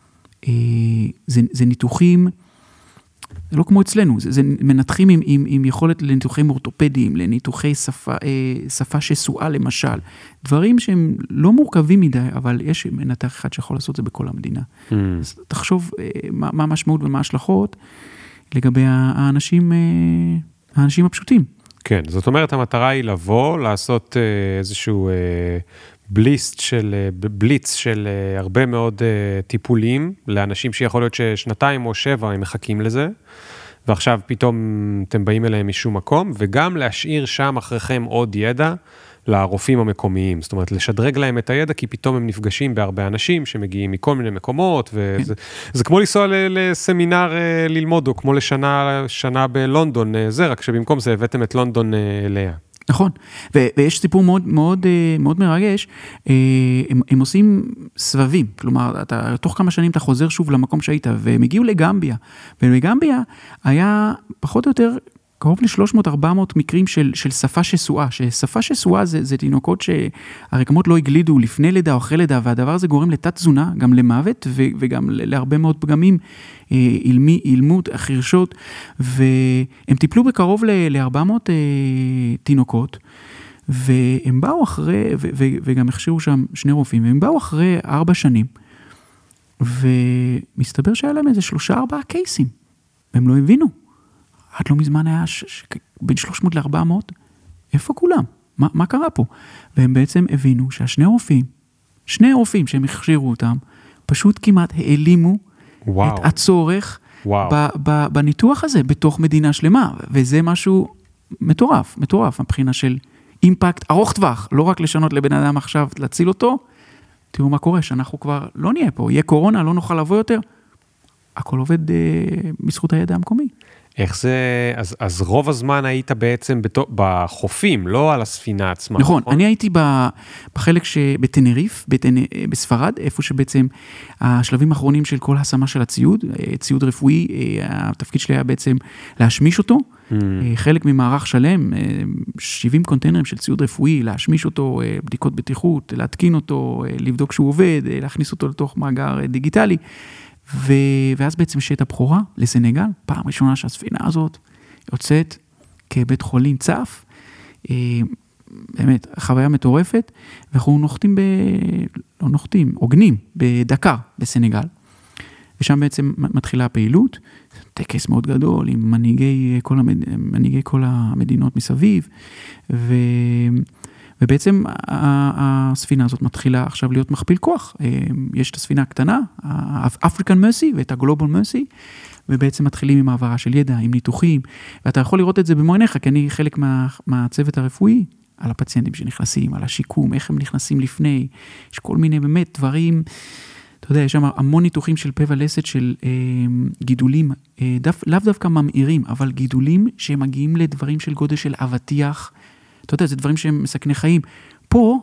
זה, זה ניתוחים, זה לא כמו אצלנו, זה, זה מנתחים עם, עם, עם יכולת לניתוחים אורתופדיים, לניתוחי שפה, שפה שסועה למשל, דברים שהם לא מורכבים מדי, אבל יש מנתח אחד שיכול לעשות זה בכל המדינה. Mm. אז תחשוב מה, מה המשמעות ומה ההשלכות לגבי האנשים, האנשים הפשוטים. כן, זאת אומרת, המטרה היא לבוא, לעשות איזשהו בליסט של, בליץ של הרבה מאוד טיפולים, לאנשים שיכול להיות ששנתיים או שבע הם מחכים לזה, ועכשיו פתאום אתם באים אליהם משום מקום, וגם להשאיר שם אחריכם עוד ידע לרופאים המקומיים, זאת אומרת, לשדרג להם את הידע, כי פתאום הם נפגשים בהרבה אנשים שמגיעים מכל מיני מקומות, וזה זה כמו לנסוע לסמינר ללמוד, או כמו לשנה שנה בלונדון, זה רק שבמקום זה הבאתם את לונדון אליה. נכון, ו- ויש סיפור מאוד, מאוד, מאוד מרגש, הם, הם עושים סבבים, כלומר, אתה, תוך כמה שנים אתה חוזר שוב למקום שהיית, והם הגיעו לגמביה, ובגמביה היה פחות או יותר קרוב ל-שלוש מאות ארבע מאות מקרים של, של שפה שסועה, ששפה שסועה זה, זה תינוקות שהרקמות לא הגלידו לפני לידה או אחרי לידה, והדבר הזה גורם לתת תזונה, גם למוות, ו, וגם להרבה מאוד פגמים, אילמי, אילמות, חרשות, והם טיפלו בקרוב ל-ארבע מאות תינוקות, והם באו אחרי, ו, ו, וגם הכשירו שם שני רופאים, והם באו אחרי ארבע שנים, ומסתבר שהיה להם איזה שלושה ארבעה קייסים, והם לא הבינו. עד לא מזמן היה ש... ש... בין שלוש מאות ל-ארבע מאות, איפה כולם? מה, מה קרה פה? והם בעצם הבינו שהשני רופאים, שני רופאים שהם הכשירו אותם, פשוט כמעט העלימו וואו. את הצורך ב, ב, בניתוח הזה, בתוך מדינה שלמה, וזה משהו מטורף, מטורף, מבחינה של אימפקט ארוך טווח, לא רק לשנות לבן אדם עכשיו, להציל אותו, תראו מה קורה, שאנחנו כבר לא נהיה פה, יהיה קורונה, לא נוכל לבוא יותר, הכל עובד אה, בזכות הידע המקומי. איך זה, אז, אז רוב הזמן היית בעצם בתו, בחופים, לא על הספינה עצמה. נכון, נכון? אני הייתי בחלק שבטנריף, בטנ... בספרד, איפה שבעצם השלבים האחרונים של כל השמה של הציוד, ציוד רפואי, התפקיד שלי היה בעצם להשמיש אותו, mm. חלק ממערך שלם, שבעים קונטיינרים של ציוד רפואי, להשמיש אותו, בדיקות בטיחות, להתקין אותו, לבדוק שהוא עובד, להכניס אותו לתוך מאגר דיגיטלי, ו... ואז בעצם שאת הבחורה לסנגל, פעם ראשונה שהספינה הזאת יוצאת כבית חולים צף, באמת, חוויה מטורפת, ואנחנו נוחתים ב... לא נוחתים, עוגנים בדקר בסנגל, ושם בעצם מתחילה הפעילות, טקס מאוד גדול עם מנהיגי כל, המד... מנהיגי כל המדינות מסביב, ו... ובעצם הספינה הזאת מתחילה עכשיו להיות מכפיל כוח. יש את הספינה הקטנה, ה-African Mercy ואת ה-Global Mercy, ובעצם מתחילים עם העברה של ידע, עם ניתוחים, ואתה יכול לראות את זה במו עיניך, כי אני חלק מה, מהצוות הרפואי, על הפציינטים שנכנסים, על השיקום, איך הם נכנסים לפני, יש כל מיני באמת דברים, אתה יודע, יש שם המון ניתוחים של פה ולסת, של אה, גידולים, אה, דף, לאו דווקא ממאירים, אבל גידולים שמגיעים לדברים של גודל של אבטיח, אתה יודע, זה דברים שהם מסכני חיים. פה,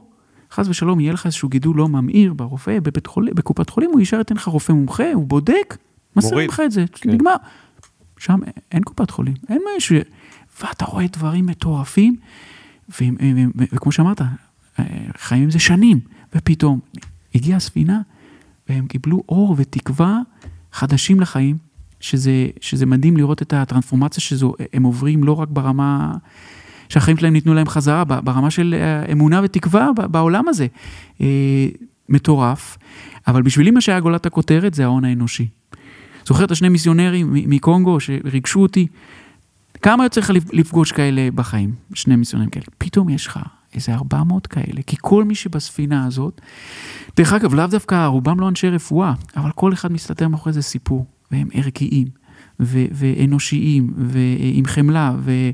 חס ושלום, יהיה לך איזשהו גידול לא ממאיר ברופא, בבית חולים, בקופת חולים, הוא יישאר, יתן לך רופא מומחה, הוא בודק, מסר לך את זה, כן. נגמר. שם אין קופת חולים, אין משהו, ואתה רואה דברים מטורפים, ו- ו- ו- וכמו שאמרת, חיים עם זה שנים, ופתאום הגיעה הספינה, והם קיבלו אור ותקווה חדשים לחיים, שזה, שזה מדהים לראות את הטרנספורמציה שזו, הם עוברים לא רק ברמה, שהחיים שלהם ניתנו להם חזרה, ברמה של אמונה ותקווה בעולם הזה. מטורף, אבל בשבילי מה שהיה גולת הכותרת זה ההון האנושי. זוכר את השני מיסיונרים מקונגו שריגשו אותי, כמה יוצא לך לפגוש כאלה בחיים, שני מיסיונרים כאלה, פתאום יש לך איזה ארבע מאות כאלה, כי כל מי שבספינה הזאת, דרך אגב, לאו דווקא, רובם לא אנשי רפואה, אבל כל אחד מסתתר מאחורי איזה סיפור, והם ערכיים, ו- ואנושיים, ועם חמלה,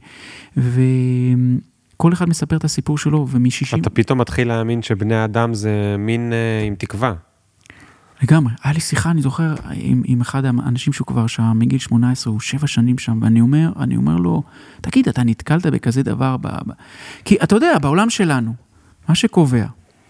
וכל אחד מספר את הסיפור שלו, ומשישים... אתה פתאום מתחיל להאמין שבני האדם זה מין אה, עם תקווה. לגמרי, היה לי שיחה, אני זוכר, עם, עם אחד האנשים שהוא כבר שם, מגיל שמונה עשרה, הוא שבע שנים שם, ואני אומר, אני אומר לו, תגיד, אתה נתקלת בכזה דבר, ב... כי אתה יודע, בעולם שלנו, מה שקובע,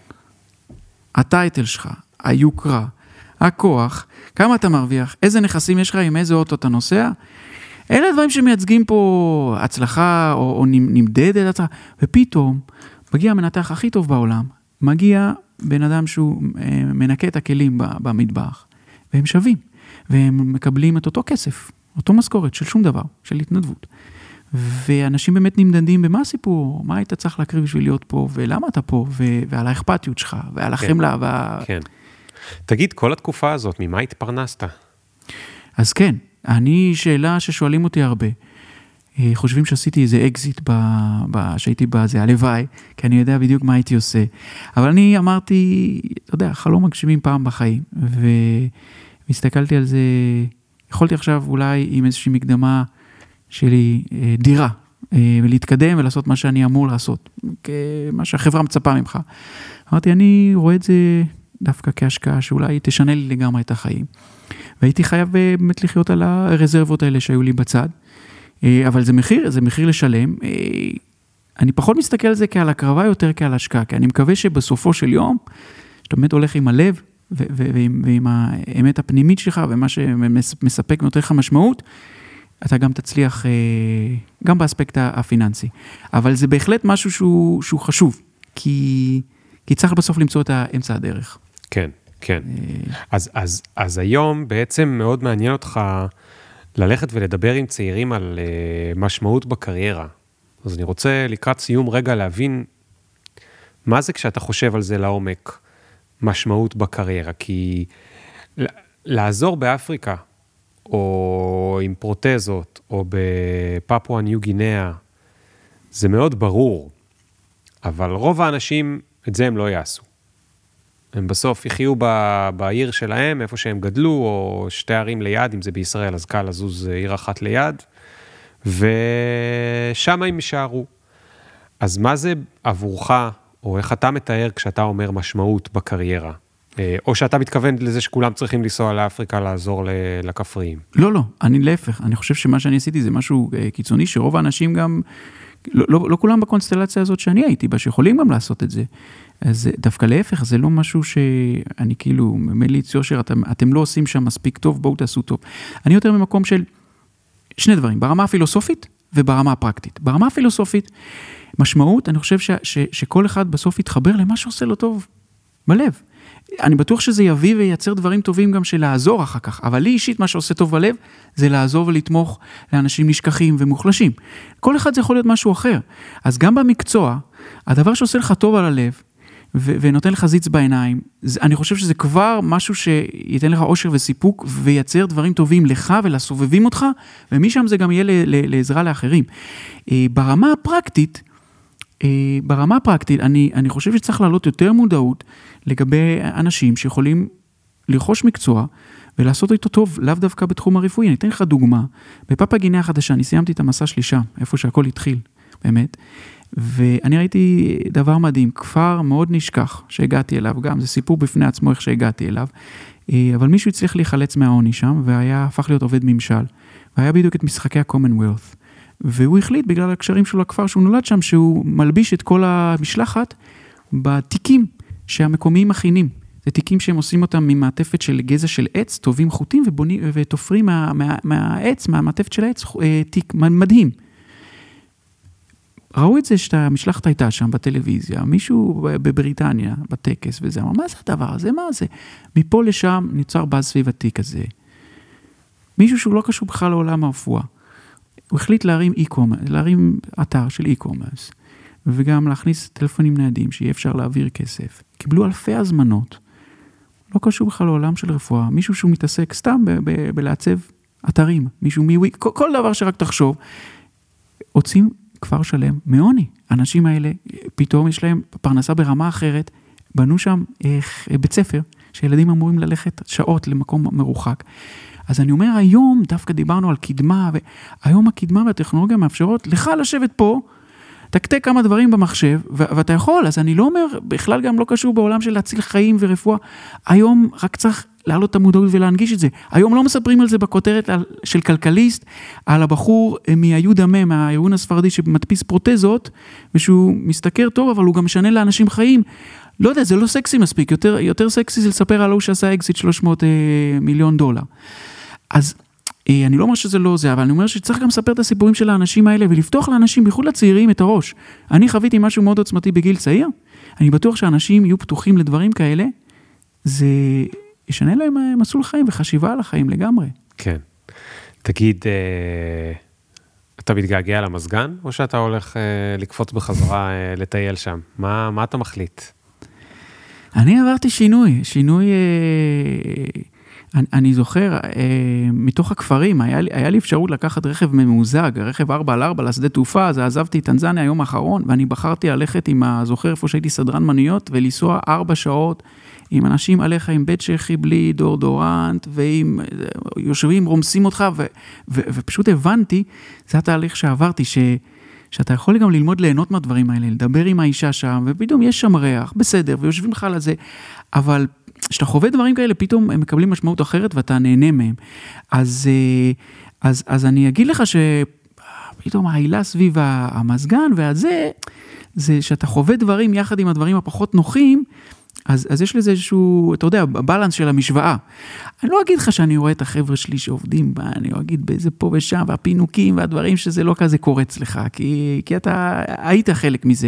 הטייטל שלך, היוקרה, הכוח, כמה אתה מרוויח, איזה נכסים יש לך, עם איזה אוטו אתה נוסע, אלה הדברים שמייצגים פה הצלחה, או, או נמדדת הצלחה, ופתאום, מגיע המנתח הכי טוב בעולם, מגיע בן אדם שהוא מנקה את הכלים במטבח, והם שווים, והם מקבלים את אותו כסף, אותו משכורת של שום דבר, של התנדבות. ואנשים באמת נמדדים במה הסיפור, מה היית צריך להקריב בשביל להיות פה, ולמה אתה פה, ועל האכפתיות שלך, ועל החמלה. וה... כן. תגיד, כל התקופה הזאת, ממה התפרנסת? אז כן, אני שאלה ששואלים אותי הרבה, חושבים שעשיתי איזה אקזיט ב, ב, שהייתי בזה, הלוואי, כי אני יודע בדיוק מה הייתי עושה. אבל אני אמרתי, אתה יודע, חלום מגשימים פעם בחיים, והסתכלתי על זה, יכולתי עכשיו אולי עם איזושהי מקדמה שלי, דירה, ולהתקדם ולעשות מה שאני אמור לעשות, מה שהחברה מצפה ממך. אמרתי, אני רואה את זה דווקא כהשקעה, שאולי תשנה לי לגמרי את החיים. והייתי חייב באמת לחיות על הרזרבות האלה שהיו לי בצד, אבל זה מחיר, זה מחיר לשלם. אני פחות מסתכל על זה כעל הקרבה יותר כעל השקעה, כי אני מקווה שבסופו של יום, שאתה באמת הולך עם הלב, ועם, ועם האמת הפנימית שלך, ומה שמספק ונותן לך משמעות, אתה גם תצליח, גם באספקט הפיננסי. אבל זה בהחלט משהו שהוא, שהוא חשוב, כי, כי צריך בסוף למצוא את האמצע הדרך. כן, כן. אז, אז, אז היום בעצם מאוד מעניין אותך, ללכת ולדבר עם צעירים על uh, משמעות בקריירה. אז אני רוצה לקראת סיום רגע להבין מה זה כשאתה חושב על זה לעומק, משמעות בקריירה. כי לעזור באפריקה, או עם פרוטזות, או בפפואה ניו גינאה, זה מאוד ברור. אבל רוב האנשים את זה הם לא יעשו. הם בסוף יחיו ב- בעיר שלהם, איפה שהם גדלו, או שתי ערים ליד, אם זה בישראל, אז קל לזוז עיר אחת ליד, ושם הם יישארו. אז מה זה עבורך, או איך אתה מתאר כשאתה אומר משמעות בקריירה? או שאתה מתכוון לזה שכולם צריכים לנסוע לאפריקה לעזור לכפריים? לא, לא, אני להפך. אני חושב שמה שאני עשיתי זה משהו קיצוני, שרוב האנשים גם, לא, לא, לא כולם בקונסטלציה הזאת שאני הייתי בה, שיכולים גם לעשות את זה. אז דווקא להפך, זה לא משהו שאני כאילו, מליץ יושר, אתם, אתם לא עושים שם מספיק טוב, בואו תעשו טוב. אני יותר ממקום של שני דברים, ברמה הפילוסופית וברמה הפרקטית. ברמה הפילוסופית, משמעות, אני חושב ש, ש, שכל אחד בסוף יתחבר למה שעושה לו טוב בלב. אני בטוח שזה יביא וייצר דברים טובים גם של לעזור אחר כך, אבל לי אישית מה שעושה טוב בלב, זה לעזור ולתמוך לאנשים נשכחים ומוחלשים. כל אחד זה יכול להיות משהו אחר. אז גם במקצוע, הדבר שעושה לך טוב על הלב, ו- ונותן לך זיץ בעיניים, זה, אני חושב שזה כבר משהו שייתן לך אושר וסיפוק, וייצר דברים טובים לך ולסובבים אותך, ומשם זה גם יהיה ל- ל- לעזרה לאחרים. ברמה הפרקטית, ברמה הפרקטית, אני, אני חושב שצריך לעלות יותר מודעות לגבי אנשים שיכולים לרכוש מקצוע ולעשות איתו טוב, לאו דווקא בתחום הרפואי. אני אתן לך דוגמה, בפפואה גינאה החדשה, אני סיימתי את המסע שלי שם, איפה שהכל התחיל, באמת, ואני ראיתי דבר מדהים, כפר מאוד נשכח שהגעתי אליו, גם זה סיפור בפני עצמו איך שהגעתי אליו, אבל מישהו הצליח להיחלץ מהעוני שם, והיה הפך להיות עובד ממשל, והיה בדיוק את משחקי ה-Commonwealth, והוא החליט בגלל הקשרים שלו לכפר שהוא נולד שם, שהוא מלביש את כל המשלחת בתיקים שהמקומיים מכינים. זה תיקים שהם עושים אותם ממעטפת של גזע של עץ, טובים חוטים ובונים, ותופרים מה, מה, מהעץ, מהמעטפת של העץ, תיק מדהים. ראו את זה שהמשלחת הייתה שם בטלוויזיה, מישהו בבריטניה, בטקס וזה, אמר, מה זה הדבר הזה? מה זה? מפה לשם נוצר באז סביב התיק הזה. מישהו שהוא לא קשור בכלל לעולם הרפואה. הוא החליט להרים e-commerce, להרים אתר של e-commerce, וגם להכניס טלפונים ניידים, שיהיה אפשר להעביר כסף. קיבלו אלפי הזמנות. לא קשור בכלל לעולם של רפואה. מישהו שהוא מתעסק סתם ב- ב- בלעצב אתרים. מישהו מיווי, כל, כל דבר שרק תחשוב. הוצאים כפר שלם מעוני. האנשים האלה, פתאום יש להם פרנסה ברמה אחרת. בנו שם איך, בית ספר, שילדים אמורים ללכת שעות למקום מרוחק. אז אני אומר, היום דווקא דיברנו על קדמה, והיום הקדמה והטכנולוגיה מאפשרות לך לשבת פה, תקתק כמה דברים במחשב, ו- ואתה יכול, אז אני לא אומר, בכלל גם לא קשור בעולם של להציל חיים ורפואה, היום רק צריך להעלות את המודעות ולהנגיש את זה. היום לא מספרים על זה בכותרת של כלכליסט, על הבחור מהיוד המה, מהארגון הספרדי שמדפיס פרוטזות, ושהוא מסתכר טוב, אבל הוא גם משנה לאנשים חיים. לא יודע, זה לא סקסי מספיק, יותר, יותר סקסי זה לספר על הוא שעשה אקזיט שלוש מאות אה, מיליון דולר. אז אה, אני לא אומר שזה לא זה, אבל אני אומר שצריך גם לספר את הסיפורים של האנשים האלה, ולפתוח לאנשים, בייחוד לצעירים, את הראש. אני חוויתי משהו מאוד עוצמתי בגיל צעיר, אני בטוח שאנשים יהיו פתוחים לדברים כאלה, זה ישנה להם מסלול חיים וחשיבה על החיים לגמרי. כן. תגיד, אה, אתה מתגעגע למזגן, או שאתה הולך אה, לקפוץ בחזרה אה, לטייל שם? מה, מה אתה מחליט? אני עברתי שינוי, שינוי, אה, אני, אני זוכר, אה, מתוך הכפרים, היה לי, היה לי אפשרות לקחת רכב ממוזג, רכב ארבע על ארבע לשדה תעופה, אז עזבתי טנזניה היום האחרון, ואני בחרתי ללכת עם הזוכר איפה שהייתי סדרן מניות, ולנסוע ארבע שעות, עם אנשים עליך עם בית שכי בלי דורדורנט, ועם, יושבים, רומסים אותך, ו, ו, ופשוט הבנתי, זה התהליך שעברתי, ש... שאתה יכול גם ללמוד ליהנות מהדברים האלה, לדבר עם האישה שם, ופתאום יש שם ריח, בסדר, ויושבים לך על זה, אבל כשאתה חווה דברים כאלה, פתאום הם מקבלים משמעות אחרת, ואתה נהנה מהם. אז, אז, אז אני אגיד לך שפתאום העילה סביב המזגן, והזה, זה שאתה חווה דברים יחד עם הדברים הפחות נוחים, אז, אז יש לזה איזשהו, אתה יודע, בלנס של המשוואה. אני לא אגיד לך שאני רואה את החבר'ה שלי שעובדים בה, אני לא אגיד באיזה פה ושם, והפינוקים והדברים שזה לא כזה קורץ לך, כי, כי אתה היית חלק מזה.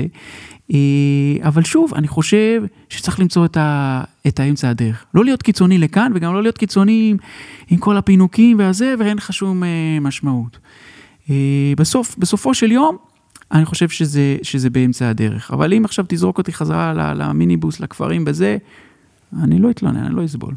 אבל שוב, אני חושב שצריך למצוא את, ה, את האמצע הדרך. לא להיות קיצוני לכאן, וגם לא להיות קיצוני עם, עם כל הפינוקים והזה, ואין לך שום משמעות. בסוף, בסופו של יום, אני חושב שזה, שזה באמצע הדרך. אבל אם עכשיו תזרוק אותי חזרה למיניבוס, לכפרים בזה, אני לא אתלונן, אני לא אסבול.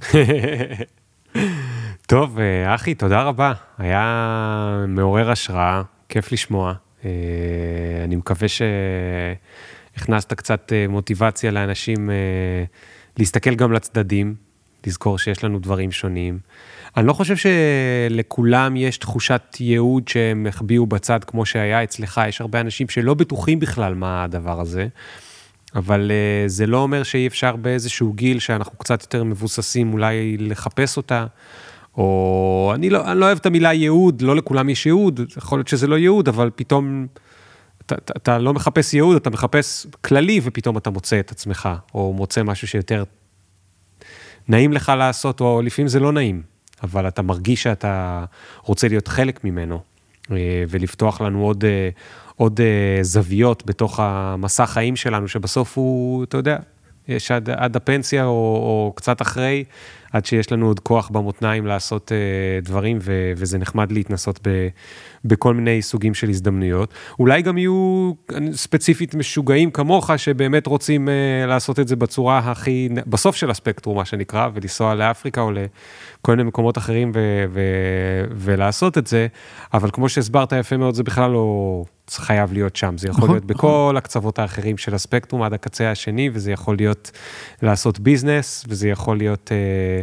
טוב, אחי, תודה רבה. היה מעורר השראה, כיף לשמוע. אני מקווה שהכנסת קצת מוטיבציה לאנשים להסתכל גם לצדדים, לזכור שיש לנו דברים שונים. אני לא חושב שלכולם יש תחושת ייעוד שהם החביאו בצד כמו שהיה אצלך, יש הרבה אנשים שלא בטוחים בכלל מה הדבר הזה, אבל זה לא אומר שאי אפשר באיזשהו גיל שאנחנו קצת יותר מבוססים אולי לחפש אותה, או אני לא, אני לא אוהב את המילה ייעוד, לא לכולם יש ייעוד, יכול להיות שזה לא ייעוד, אבל פתאום אתה, אתה, אתה לא מחפש ייעוד, אתה מחפש כללי ופתאום אתה מוצא את עצמך, או מוצא משהו שיותר נעים לך לעשות, או לפעמים זה לא נעים. אבל אתה מרגיש שאתה רוצה להיות חלק ממנו, ולפתוח לנו עוד, עוד זוויות בתוך המסע חיים שלנו, שבסוף הוא, אתה יודע, יש עד, עד הפנסיה או, או קצת אחרי, עד שיש לנו עוד כוח במותניים לעשות דברים, ו, וזה נחמד להתנסות ב, בכל מיני סוגים של הזדמנויות. אולי גם יהיו ספציפית משוגעים כמוך, שבאמת רוצים לעשות את זה בצורה הכי, בסוף של הספקטרום, מה שנקרא, ולנסוע לאפריקה או לכל מיני מקומות אחרים ו, ו, ולעשות את זה, אבל כמו שהסברת יפה מאוד, זה בכלל לא חייב להיות שם. זה יכול להיות בכל הקצוות האחרים של הספקטרום, עד הקצה השני, וזה יכול להיות לעשות ביזנס, וזה יכול להיות...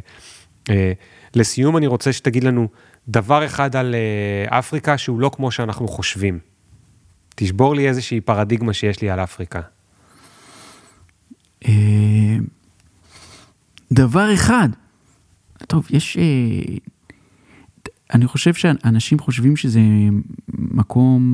לסיום אני רוצה שתגיד לנו דבר אחד על אפריקה שהוא לא כמו שאנחנו חושבים. תשבור לי איזושהי פרדיגמה שיש לי על אפריקה. דבר אחד. טוב, יש... אני חושב שאנשים חושבים שזה מקום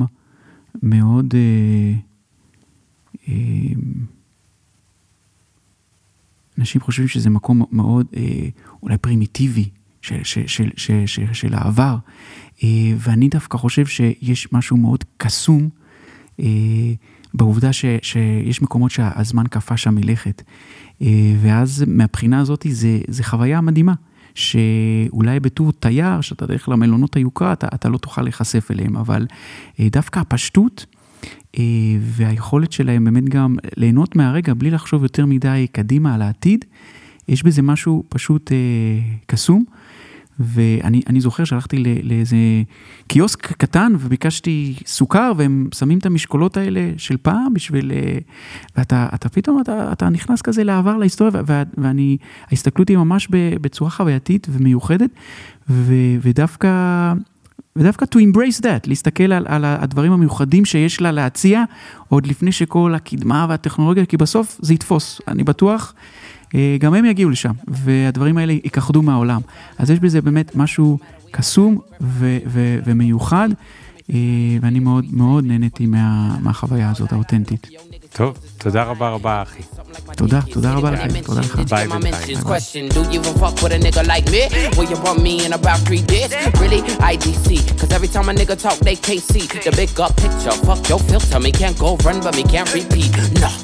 מאוד... אנשים חושבים שזה מקום מאוד, אולי פרימיטיבי, של, של, של, של, של, של העבר, ואני דווקא חושב שיש משהו מאוד קסום, בעובדה ש, שיש מקומות שהזמן קפה שם מלכת, ואז מהבחינה הזאת זה, זה חוויה מדהימה, שאולי בתור תייר, שאתה דרך למלונות היוקרה, אתה, אתה לא תוכל להיחשף אליהם, אבל דווקא הפשטות, והיכולת שלהם באמת גם ליהנות מהרגע, בלי לחשוב יותר מדי קדימה על העתיד, יש בזה משהו פשוט קסום, ואני אני זוכר שהלכתי לאיזה קיוסק קטן, וביקשתי סוכר, והם שמים את המשקולות האלה של פעם, בשביל, ואתה אתה פתאום, אתה, אתה נכנס כזה לעבר להיסטוריה, ואני, ההסתכלות היא ממש בצורה חווייתית ומיוחדת, ו, ודווקא, ודווקא to embrace that, להסתכל על, על הדברים המיוחדים שיש לה להציע, עוד לפני שכל הקדמה והטכנולוגיה, כי בסוף זה יתפוס, אני בטוח, גם הם יגיעו לשם, והדברים האלה ייכחדו מהעולם. אז יש בזה באמת משהו קסום ו- ו- ומיוחד, ואני מאוד מאוד נהניתי מה- מהחוויה הזאת, האותנטית. טוב, תודה רבה רבה, אחי. תודה, תודה רבה לכם, תודה לך. ביי בינתיים. Do you even fuck with a nigga like me? Will you run me in about three days? Really? I D C. Cause every time a nigga talk, they K C. The big up picture, fuck your filter. Me can't go run, but me can't repeat. No.